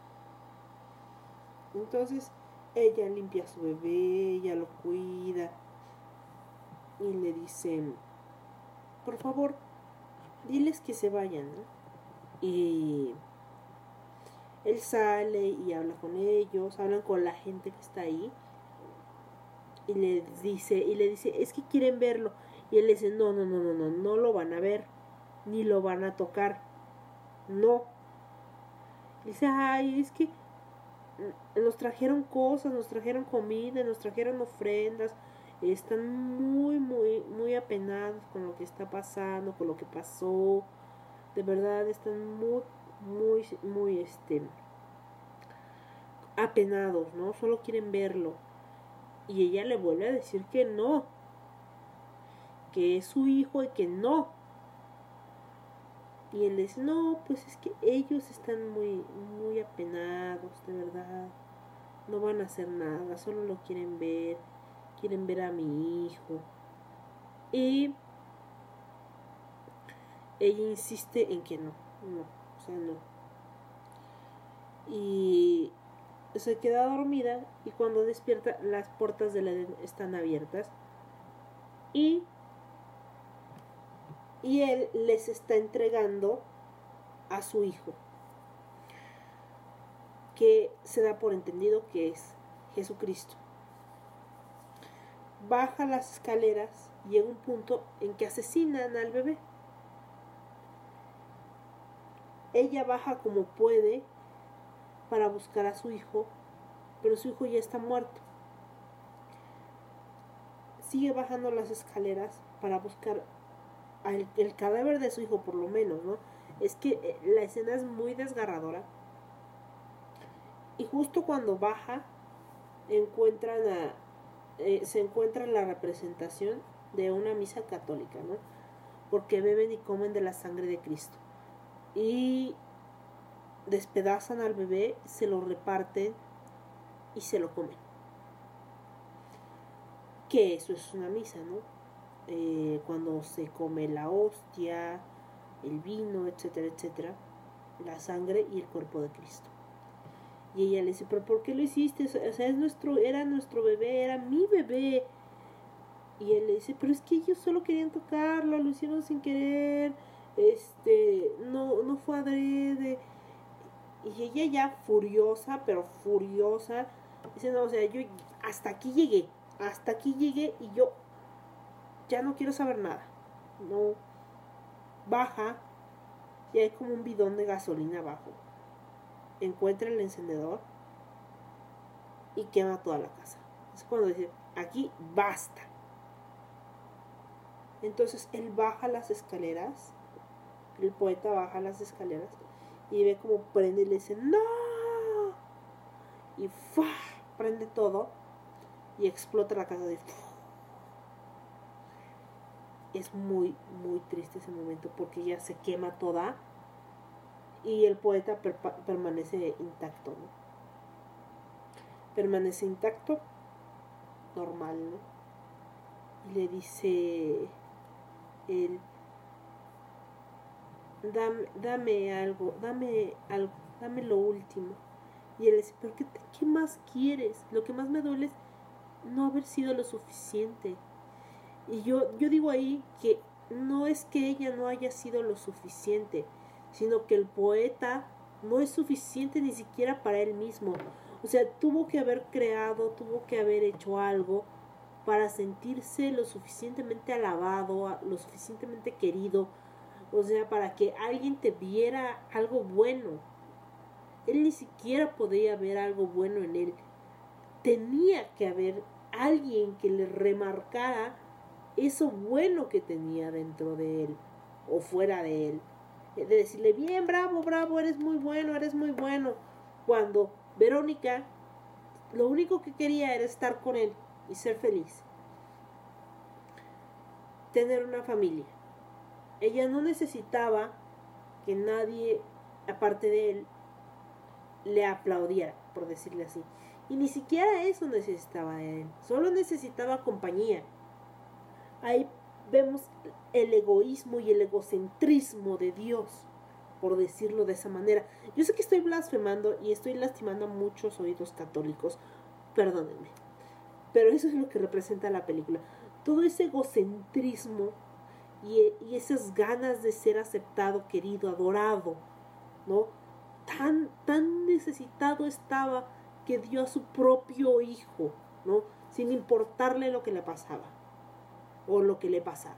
Speaker 1: Entonces ella limpia a su bebé, ella lo cuida y le dice, por favor, diles que se vayan, ¿no? Y él sale y habla con ellos, hablan con la gente que está ahí y le dice, es que quieren verlo. Y él le dice, no lo van a ver, ni lo van a tocar, no. Y dice, es que nos trajeron cosas, nos trajeron comida, nos trajeron ofrendas, están muy, muy, muy apenados con lo que está pasando, con lo que pasó, de verdad están muy, muy, muy, apenados, ¿no? Solo quieren verlo. Y ella le vuelve a decir que no, que es su hijo y que no. Y él le dice, no, pues es que ellos están muy, muy apenados, de verdad. No van a hacer nada, solo lo quieren ver a mi hijo. Y ella insiste en que no, o sea, no. Y se queda dormida y cuando despierta las puertas del Edén están abiertas y él les está entregando a su hijo, que se da por entendido que es Jesucristo. Baja las escaleras y llega un punto en que asesinan al bebé. Ella baja como puede para buscar a su hijo, pero su hijo ya está muerto. Sigue bajando las escaleras para buscar el cadáver de su hijo, por lo menos, ¿no? Es que la escena es muy desgarradora. Y justo cuando baja, se encuentra la representación de una misa católica, ¿no? Porque beben y comen de la sangre de Cristo. Y despedazan al bebé, se lo reparten y se lo comen. Que eso es una misa, ¿no? Cuando se come la hostia, el vino, etcétera, etcétera, la sangre y el cuerpo de Cristo. Y ella le dice, pero ¿por qué lo hiciste? O sea, era nuestro bebé, era mi bebé. Y él le dice, pero es que ellos solo querían tocarlo, lo hicieron sin querer, no fue adrede. Y ella ya furiosa, pero furiosa, dice, no, o sea, yo hasta aquí llegué y yo ya no quiero saber nada. No, baja y hay como un bidón de gasolina abajo. Encuentra el encendedor y quema toda la casa. Es cuando dice, aquí basta. Entonces él baja las escaleras, el poeta baja las escaleras y ve como prende y le dice, ¡no! Y ¡fua! Prende todo y explota la casa de... Es muy, muy triste ese momento porque ella se quema toda y el poeta permanece intacto, ¿no? Permanece intacto, normal, ¿no? Y le dice él, dame algo, dame lo último. Y él dice, pero ¿qué más quieres? Lo que más me duele es no haber sido lo suficiente. Y yo digo ahí que no es que ella no haya sido lo suficiente, sino que el poeta no es suficiente ni siquiera para él mismo. O sea, tuvo que haber hecho algo para sentirse lo suficientemente alabado, lo suficientemente querido, o sea, para que alguien te viera algo bueno. Él ni siquiera podía ver algo bueno en él. Tenía que haber alguien que le remarcara eso bueno que tenía dentro de él o fuera de él. De decirle, bien, bravo, eres muy bueno. Cuando Verónica lo único que quería era estar con él y ser feliz. Tener una familia. Ella no necesitaba que nadie, aparte de él, le aplaudiera, por decirle así. Y ni siquiera eso necesitaba él. Solo necesitaba compañía. Ahí vemos el egoísmo y el egocentrismo de Dios, por decirlo de esa manera. Yo sé que estoy blasfemando y estoy lastimando a muchos oídos católicos, perdónenme, pero eso es lo que representa la película. Todo ese egocentrismo y esas ganas de ser aceptado, querido, adorado, ¿no? Tan necesitado estaba que dio a su propio hijo, ¿no? Sin importarle lo que le pasaba o lo que le pasara.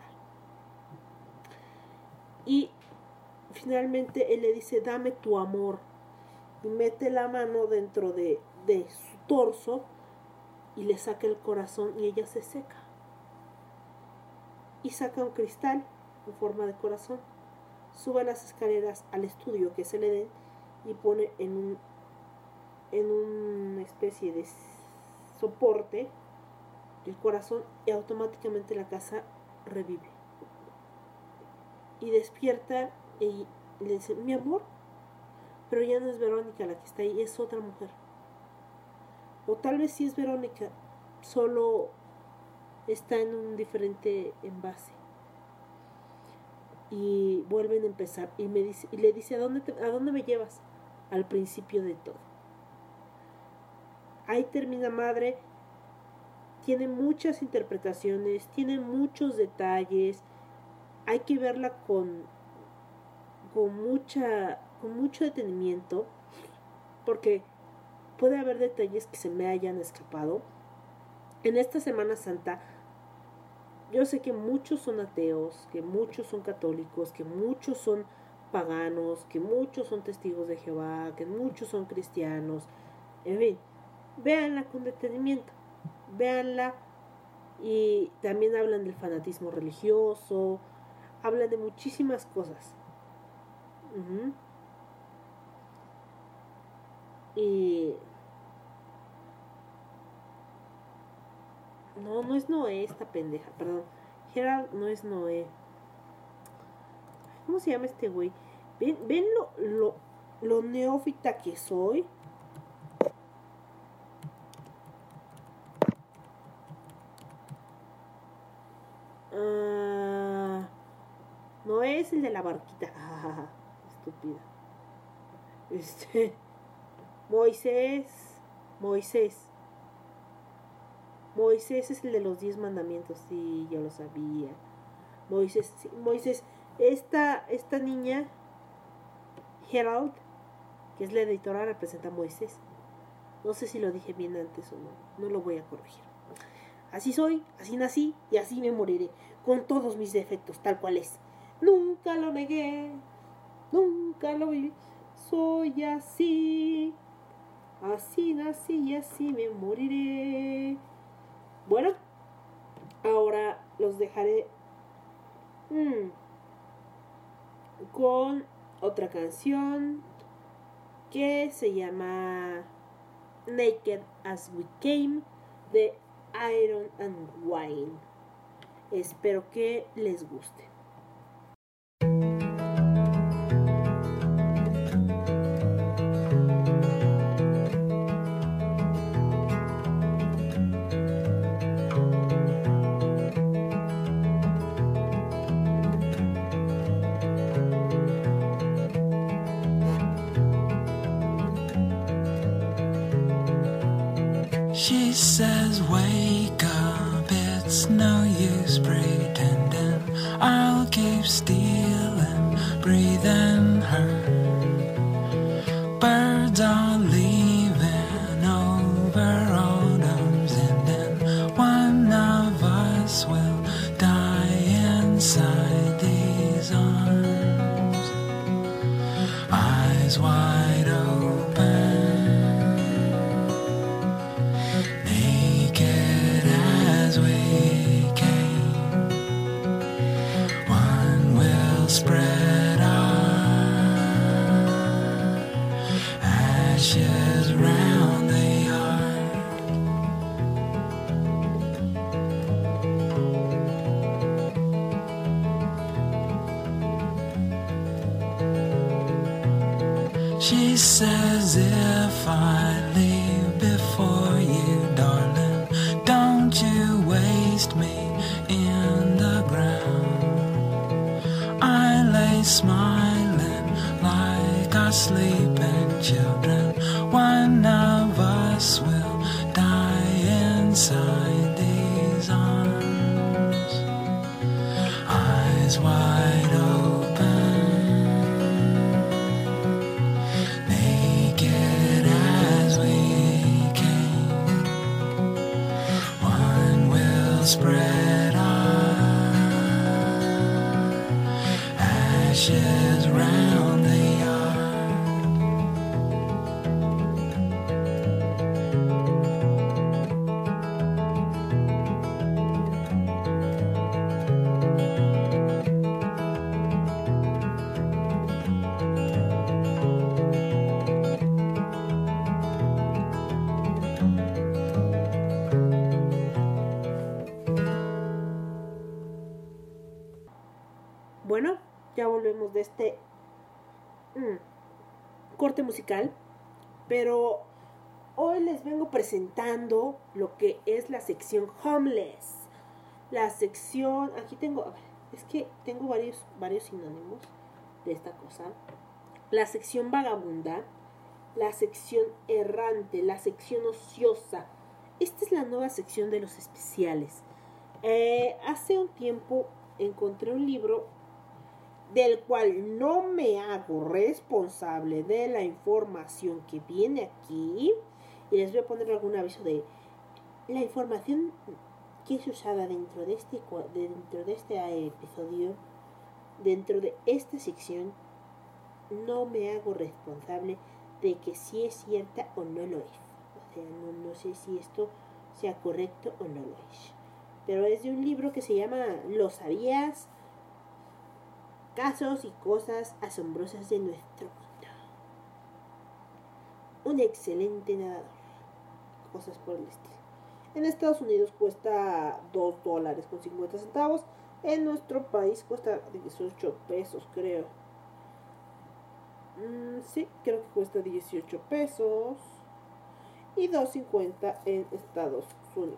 Speaker 1: Y finalmente él le dice, dame tu amor, y mete la mano dentro de su torso y le saca el corazón y ella se seca y saca un cristal en forma de corazón, sube las escaleras al estudio que es el Edén y pone en una especie de soporte el corazón y automáticamente la casa revive y despierta Y le dice, mi amor, pero ya no es Verónica la que está ahí, es otra mujer. O tal vez sí es Verónica, solo está en un diferente envase. Y vuelven a empezar y le dice, ¿a dónde me llevas? Al principio de todo. Ahí termina Madre. Tiene muchas interpretaciones, tiene muchos detalles. Hay que verla con mucho detenimiento, porque puede haber detalles que se me hayan escapado. En esta Semana Santa, yo sé que muchos son ateos, que muchos son católicos, que muchos son paganos, que muchos son testigos de Jehová, que muchos son cristianos. En fin, véanla con detenimiento, véanla. Y también hablan del fanatismo religioso, hablan de muchísimas cosas. Y no es Noé esta pendeja, perdón. Gerald no es Noé. ¿Cómo se llama este güey? ¿Ven lo neófita que soy? Noé es el de la barquita. Estúpida. Moisés es el de los 10 mandamientos. Sí, yo lo sabía. Moisés. Esta niña, Gerald, que es la editora, representa a Moisés. No sé si lo dije bien antes o no. No lo voy a corregir. Así soy, así nací y así me moriré. Con todos mis defectos, tal cual es. Nunca lo negué. Nunca lo viví. Soy así. Así nací y así me moriré. Bueno, ahora los dejaré con otra canción que se llama Naked as We Came de Iron and Wine. Espero que les guste.
Speaker 2: She says, wake up, it's no use pretending. I'll keep stealing, breathing her. Birds are leaving over autumn's ending. One of us will die inside these arms. Eyes wide open. Spread our ashes round the yard. She says, if I leave before you, darling, don't you waste me in the ground. I lay smiling like our sleeping children. One of us will die inside these arms. Eyes wide open, naked as we came. One will spread ashes round the yard.
Speaker 1: Bueno, ya volvemos de este corte musical, pero hoy les vengo presentando lo que es la sección Homeless. La sección, aquí tengo, es que tengo varios sinónimos de esta cosa. La sección vagabunda, la sección errante, la sección ociosa. Esta es la nueva sección de los especiales. Hace un tiempo encontré un libro del cual no me hago responsable de la información que viene aquí. Y les voy a poner algún aviso de la información que es usada dentro de este episodio, dentro de esta sección. No me hago responsable de que si es cierta o no lo es. O sea, no sé si esto sea correcto o no lo es. Pero es de un libro que se llama ¿Lo sabías? Casos y cosas asombrosas de nuestro mundo. Un excelente nadador. Cosas por el estilo. En Estados Unidos cuesta $2.50. En nuestro país cuesta 18 pesos, creo. Sí, creo que cuesta 18 pesos. Y $2.50 en Estados Unidos.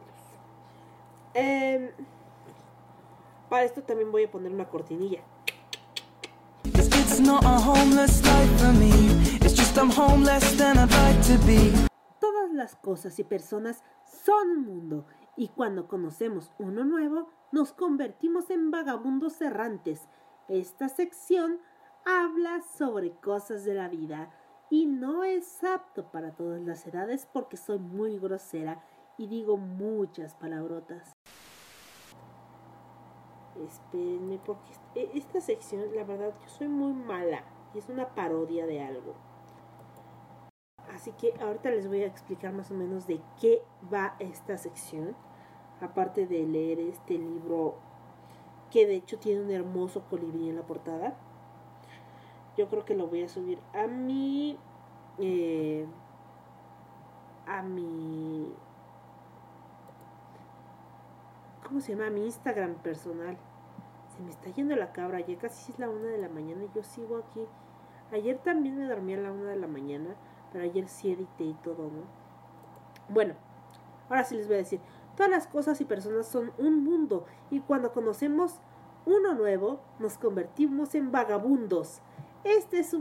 Speaker 1: Para esto también voy a poner una cortinilla.
Speaker 2: It's not a homeless life for me. It's just I'm homeless than I'd like to be.
Speaker 1: Todas las cosas y personas son un mundo, y cuando conocemos uno nuevo, nos convertimos en vagabundos errantes. Esta sección habla sobre cosas de la vida y no es apto para todas las edades porque soy muy grosera y digo muchas palabrotas. Espérenme, porque esta sección, la verdad, yo soy muy mala y es una parodia de algo. Así que ahorita les voy a explicar más o menos de qué va esta sección. Aparte de leer este libro, que de hecho tiene un hermoso colibrí en la portada. Yo creo que lo voy a subir a mi ¿cómo se llama? A mi Instagram personal. Se me está yendo la cabra, ya casi es la 1 de la mañana y yo sigo aquí. Ayer también me dormí a la 1 de la mañana, pero ayer sí edité y todo, ¿no? Bueno, ahora sí les voy a decir. Todas las cosas y personas son un mundo, y cuando conocemos uno nuevo, nos convertimos en vagabundos. Esta es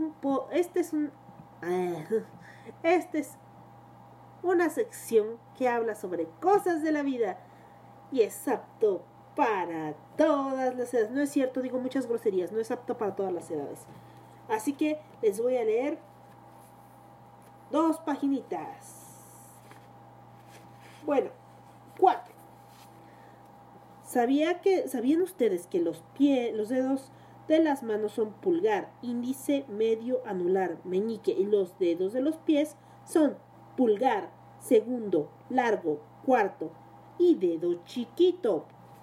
Speaker 1: una sección que habla sobre cosas de la vida y es apto para todas las edades. No es cierto, digo muchas groserías, no es apto para todas las edades. Así que les voy a leer 2 paginitas. Bueno, 4. ¿Sabían ustedes que los dedos de las manos son pulgar, índice, medio, anular, meñique, y los dedos de los pies son pulgar, segundo, largo, cuarto y dedo chiquito?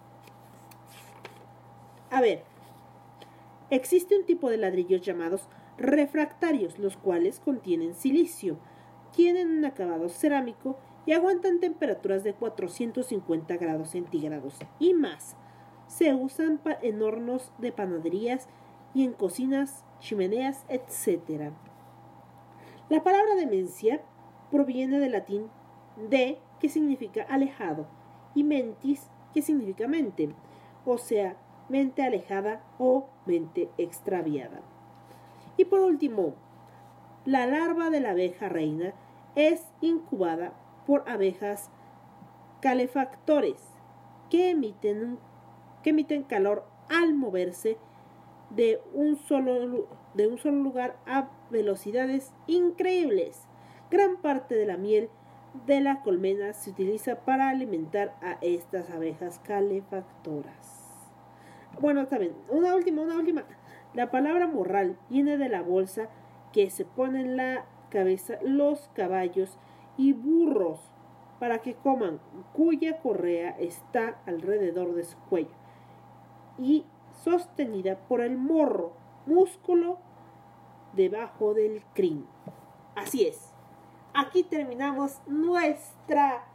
Speaker 1: A ver, existe un tipo de ladrillos llamados refractarios, los cuales contienen silicio, tienen un acabado cerámico y aguantan temperaturas de 450 grados centígrados y más. Se usan en hornos de panaderías y en cocinas, chimeneas, etc. La palabra demencia proviene del latín de, que significa alejado, y mentis, que significa mente, o sea, mente alejada o mente extraviada. Y por último, la larva de la abeja reina es incubada por abejas calefactores que emiten calor al moverse de un solo lugar a velocidades increíbles. Gran parte de la miel de la colmena se utiliza para alimentar a estas abejas calefactoras. Bueno, está bien. Una última. La palabra morral viene de la bolsa que se pone en la cabeza los caballos y burros para que coman, cuya correa está alrededor de su cuello y sostenida por el morro, músculo debajo del crin. Así es. Aquí terminamos nuestra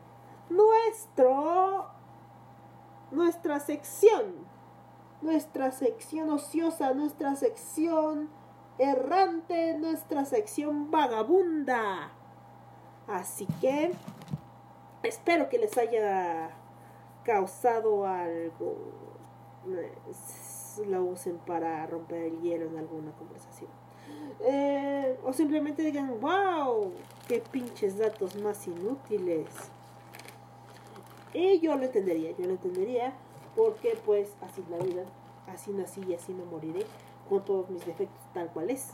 Speaker 1: sección ociosa, nuestra sección errante en nuestra sección vagabunda. Así que espero que les haya causado algo. Lo usen para romper el hielo en alguna conversación. O simplemente digan, wow, qué pinches datos más inútiles. Y yo lo entendería, porque pues así es la vida, así nací y así me moriré, con todos mis defectos tal cual es.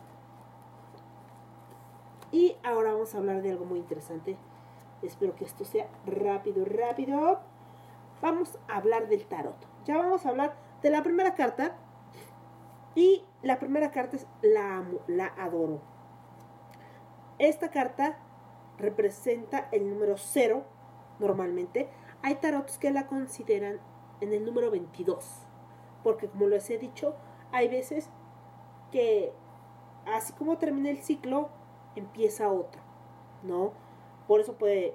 Speaker 1: Y ahora vamos a hablar de algo muy interesante. Espero que esto sea rápido. Vamos a hablar del tarot. Ya vamos a hablar de la primera carta. Y la primera carta es la amo, la adoro. Esta carta representa el número 0 normalmente. Hay tarots que la consideran en el número 22. Porque como les he dicho, hay veces que así como termina el ciclo, empieza otro, ¿no? Por eso puede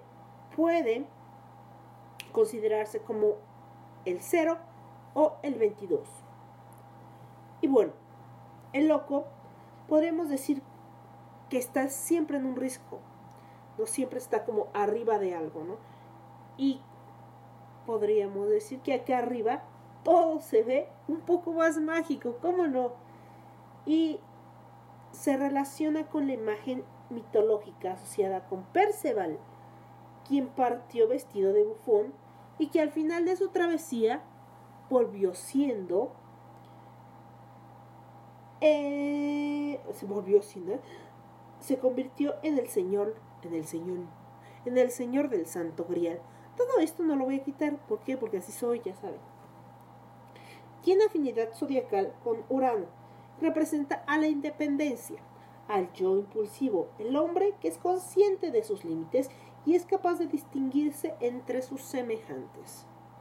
Speaker 1: considerarse como el 0 o el 22. Y bueno, el loco podríamos decir que está siempre en un risco, no siempre está como arriba de algo, ¿no? Y podríamos decir que acá arriba todo se ve un poco más mágico, ¿cómo no? Y se relaciona con la imagen mitológica asociada con Perceval, quien partió vestido de bufón y que al final de su travesía volvió siendo se convirtió en el señor del Santo Grial. Todo esto no lo voy a quitar, ¿por qué? Porque así soy, ya saben. Tiene afinidad zodiacal con Urano, representa a la independencia, al yo impulsivo, el hombre que es consciente de sus límites y es capaz de distinguirse entre sus semejantes.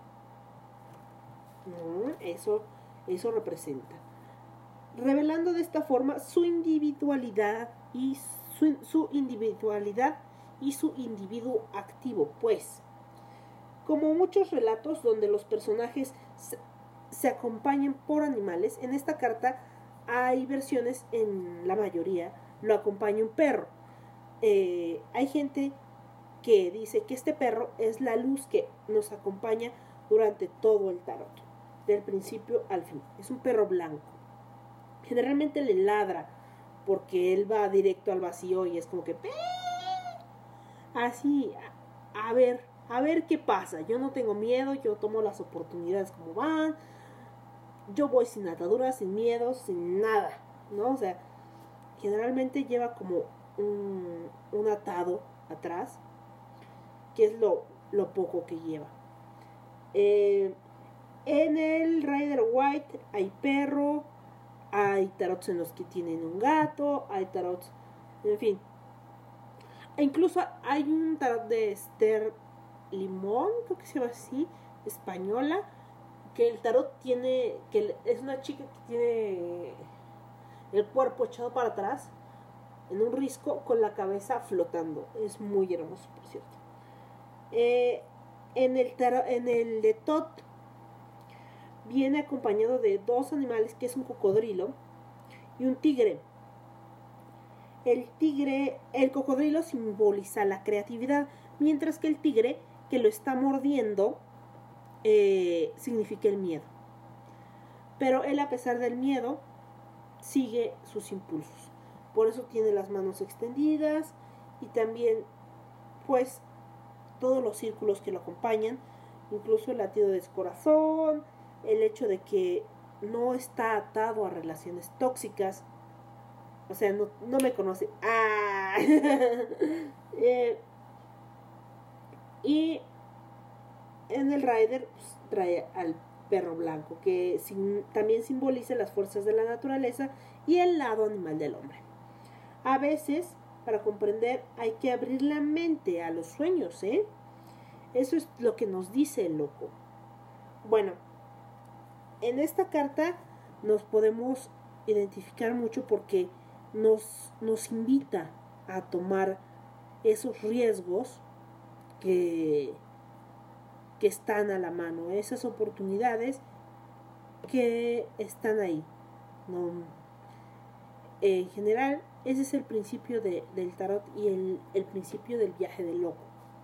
Speaker 1: Eso representa. Revelando de esta forma su individualidad y su individuo activo, pues, como muchos relatos donde los personajes se acompañan por animales, en esta carta hay versiones, en la mayoría, lo acompaña un perro. Hay gente que dice que este perro es la luz que nos acompaña durante todo el tarot, del principio al fin. Es un perro blanco. Generalmente le ladra porque él va directo al vacío y es como que así, a ver qué pasa. Yo no tengo miedo, yo tomo las oportunidades como van, yo voy sin ataduras, sin miedo, sin nada, ¿no? O sea, generalmente lleva como un atado atrás, que es lo poco que lleva. En el Rider White hay perro, hay tarots en los que tienen un gato, hay tarots, en fin. E incluso hay un tarot de Esther Limón, creo que se llama así, española, que el tarot tiene, que es una chica que tiene el cuerpo echado para atrás en un risco con la cabeza flotando. Es muy hermoso, por cierto. En el de Tot viene acompañado de dos animales, que es un cocodrilo y un tigre. El cocodrilo simboliza la creatividad, mientras que el tigre, que lo está mordiendo, significa el miedo. Pero él, a pesar del miedo, sigue sus impulsos. Por eso tiene las manos extendidas y también, pues, todos los círculos que lo acompañan, incluso el latido de su corazón, el hecho de que no está atado a relaciones tóxicas. O sea, no me conoce. Y en el Rider pues, trae al perro blanco, que también simboliza las fuerzas de la naturaleza y el lado animal del hombre. A veces, para comprender, hay que abrir la mente a los sueños, ¿eh? Eso es lo que nos dice el loco. Bueno, en esta carta nos podemos identificar mucho porque nos invita a tomar esos riesgos que están a la mano, esas oportunidades que están ahí, ¿no? en general, ese es el principio del tarot y el principio del viaje del loco.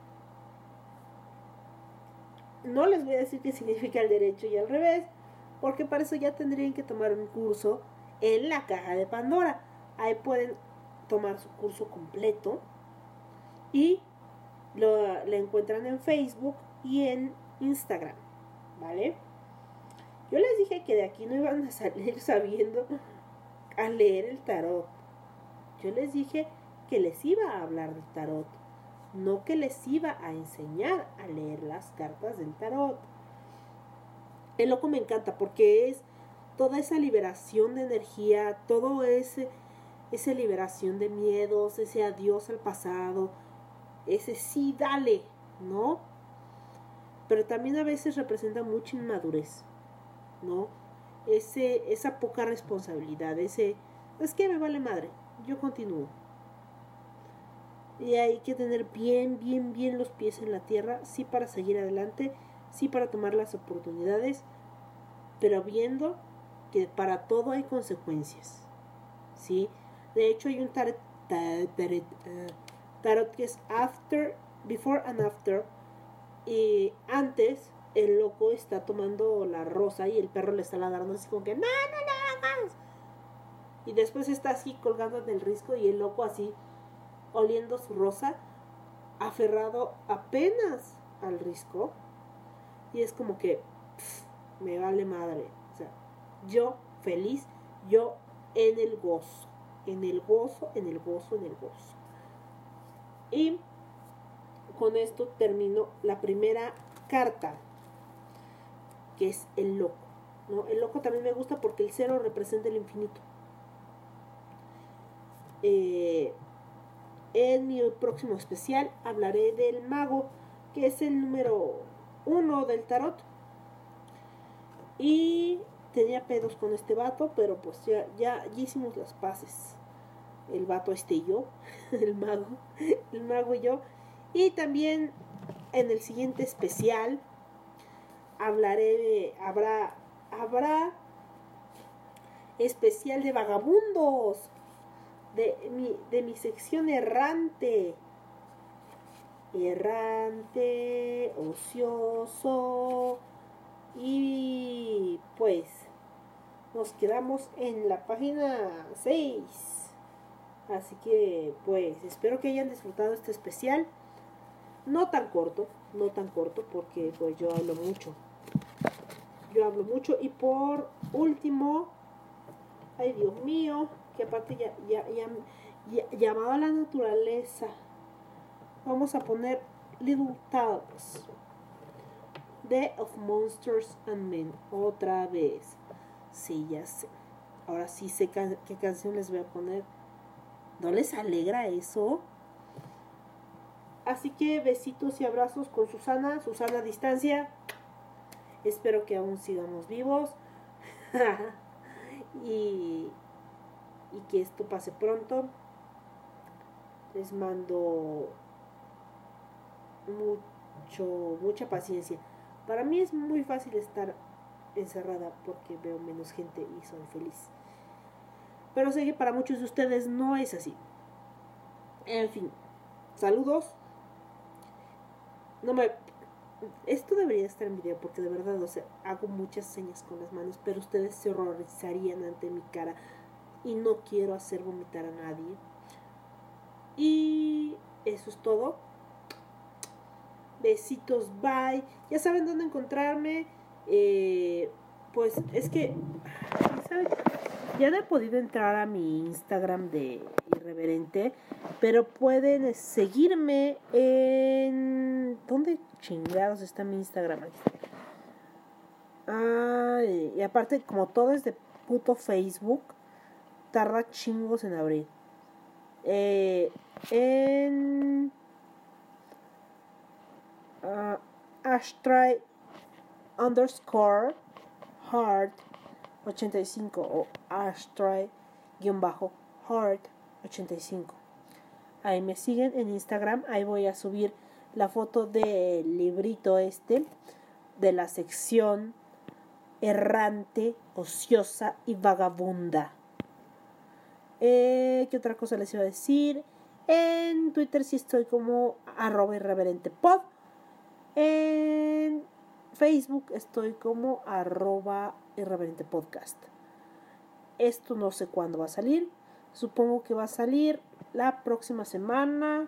Speaker 1: No les voy a decir qué significa el derecho y al revés, porque para eso ya tendrían que tomar un curso en la caja de Pandora. Ahí pueden tomar su curso completo y lo encuentran en Facebook y en Instagram, ¿vale? Yo les dije que de aquí no iban a salir sabiendo a leer el tarot. Yo les dije que les iba a hablar del tarot, no que les iba a enseñar a leer las cartas del tarot. El loco me encanta porque es toda esa liberación de energía, todo esa liberación de miedos, ese adiós al pasado, ese sí, dale, ¿no? Pero también a veces representa mucha inmadurez, ¿no? Esa poca responsabilidad, es que me vale madre, yo continúo. Y hay que tener bien los pies en la tierra, sí para seguir adelante, sí para tomar las oportunidades, pero viendo que para todo hay consecuencias, ¿sí? De hecho hay un tarot que es before and after, y antes el loco está tomando la rosa y el perro le está ladrando así como que no hagas, y después está así colgando en el risco y el loco así oliendo su rosa, aferrado apenas al risco, y es como que me vale madre, o sea, yo feliz, yo en el gozo. Y con esto termino la primera carta, que es el loco, ¿no? El loco también me gusta porque el 0 representa el infinito. En mi próximo especial hablaré del mago, que es el número 1 del tarot. Y tenía pedos con este vato, pero pues ya hicimos las paces. El vato y yo, el mago y yo. Y también en el siguiente especial habrá especial de vagabundos, de mi sección errante, ocioso. Y pues nos quedamos en la página 6. Así que pues espero que hayan disfrutado este especial. No tan corto, porque pues yo hablo mucho. Y por último, ay Dios mío, que aparte llamado a la naturaleza, vamos a poner Little Talks, Death of Monsters and Men, otra vez. Sí, ya sé. Ahora sí sé qué canción les voy a poner. ¿No les alegra eso? Así que besitos y abrazos con Susana a distancia. Espero que aún sigamos vivos. y que esto pase pronto. Les mando mucha paciencia. Para mí es muy fácil estar encerrada porque veo menos gente y soy feliz. Pero sé que para muchos de ustedes no es así. En fin, saludos. Esto debería estar en video porque de verdad, o sea, hago muchas señas con las manos, pero ustedes se horrorizarían ante mi cara y no quiero hacer vomitar a nadie. Y eso es todo. Besitos, bye. Ya saben dónde encontrarme. Pues es que, ¿saben? Ya no he podido entrar a mi Instagram de Irreverente, pero pueden seguirme en... ¿Dónde chingados está mi Instagram? Y aparte, como todo es de puto Facebook, tarda chingos en abrir. En Ashtray _ Heart 85 o Ashtray Heart 85. Ahí me siguen en Instagram. Ahí voy a subir la foto del librito de la sección errante, ociosa y vagabunda. ¿Qué otra cosa les iba a decir? En Twitter sí estoy como @irreverentepod. En Facebook estoy como @irreverentepodcast. Esto no sé cuándo va a salir. Supongo que va a salir la próxima semana,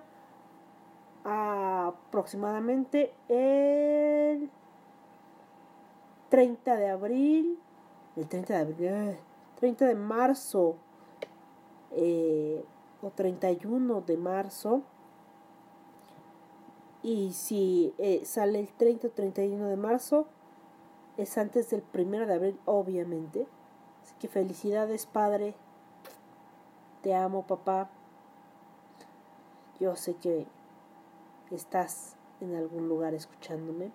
Speaker 1: aproximadamente el 30 de abril, el 30 de marzo o 31 de marzo. Y si sale el 30 o 31 de marzo, es antes del 1 de abril, obviamente. Así que felicidades, padre. Te amo, papá. Yo sé que estás en algún lugar escuchándome.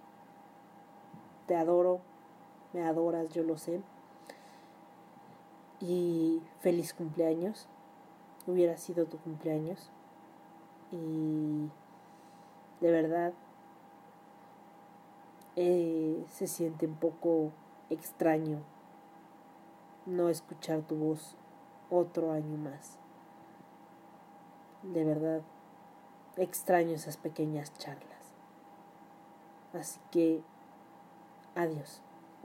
Speaker 1: Te adoro, me adoras, yo lo sé. Y feliz cumpleaños. Hubiera sido tu cumpleaños. Y de verdad se siente un poco extraño no escuchar tu voz otro año más. De verdad extraño esas pequeñas charlas. Así que adiós.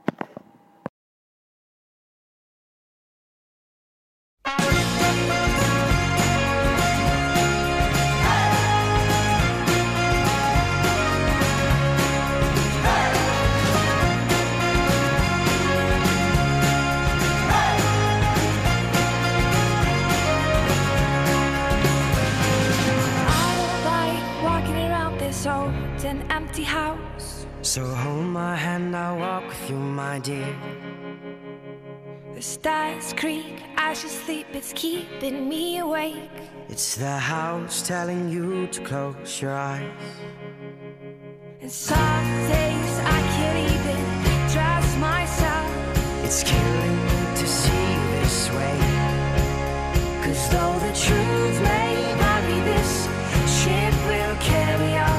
Speaker 2: An empty house. So hold my hand, I'll walk with you, my dear. The stars creak as you sleep, it's keeping me awake. It's the house telling you to close your eyes. And some days I can't even trust myself. It's killing me to see you this way. 'Cause though the truth may vary, this ship will carry on.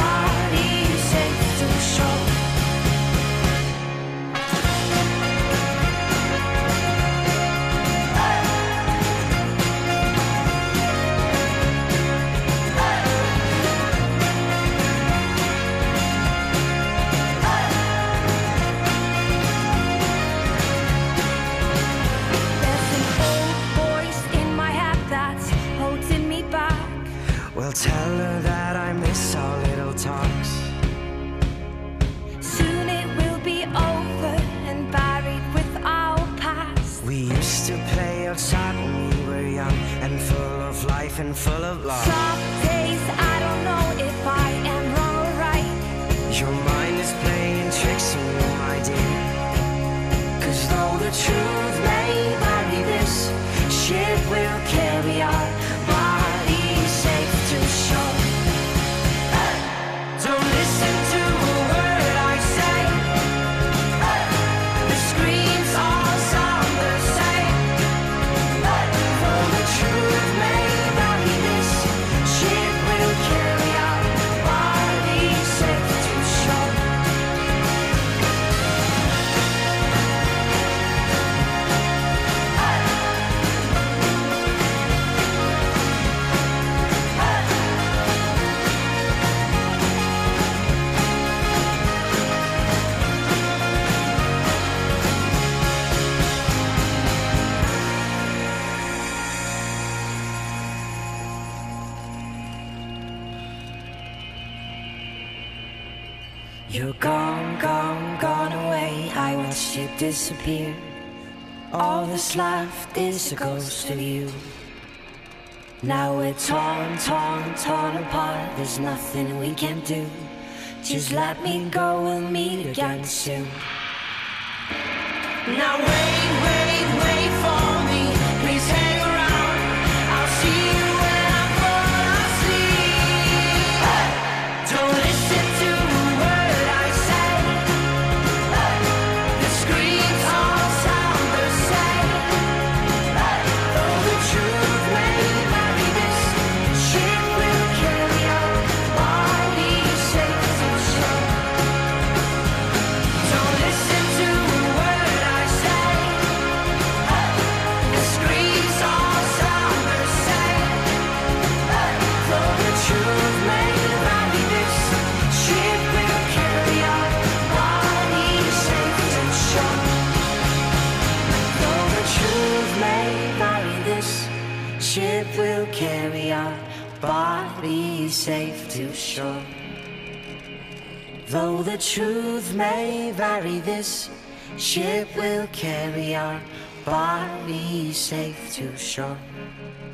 Speaker 2: Well, tell her that I miss our little talks. Soon it will be over and buried with our past. We used to play outside when we were young and full of life and full of love. Some days I don't know if I am wrong or right. Your mind is playing tricks on you, my dear. 'Cause though the truth may vary, this ship will carry our bodies safe to shore. Don't listen to a word I say. The screams all sound the same. Though the truth may vary, this ship will carry our bodies safe to shore. You're gone, gone, gone away. I watched you disappear. All that's left is a ghost of you. Now we're torn, torn, torn apart. There's nothing we can do. Just let me go, we'll meet again soon. Now wait, wait, wait for me. Please hang around. I'll see you when I fall asleep. Don't listen to a word I say. The screams all sound the same. Though the truth may vary, this ship will carry our bodies safe to shore. Don't listen to a word I say. will carry our bodies safe to shore. Though the truth may vary, this ship will carry our bodies safe to shore.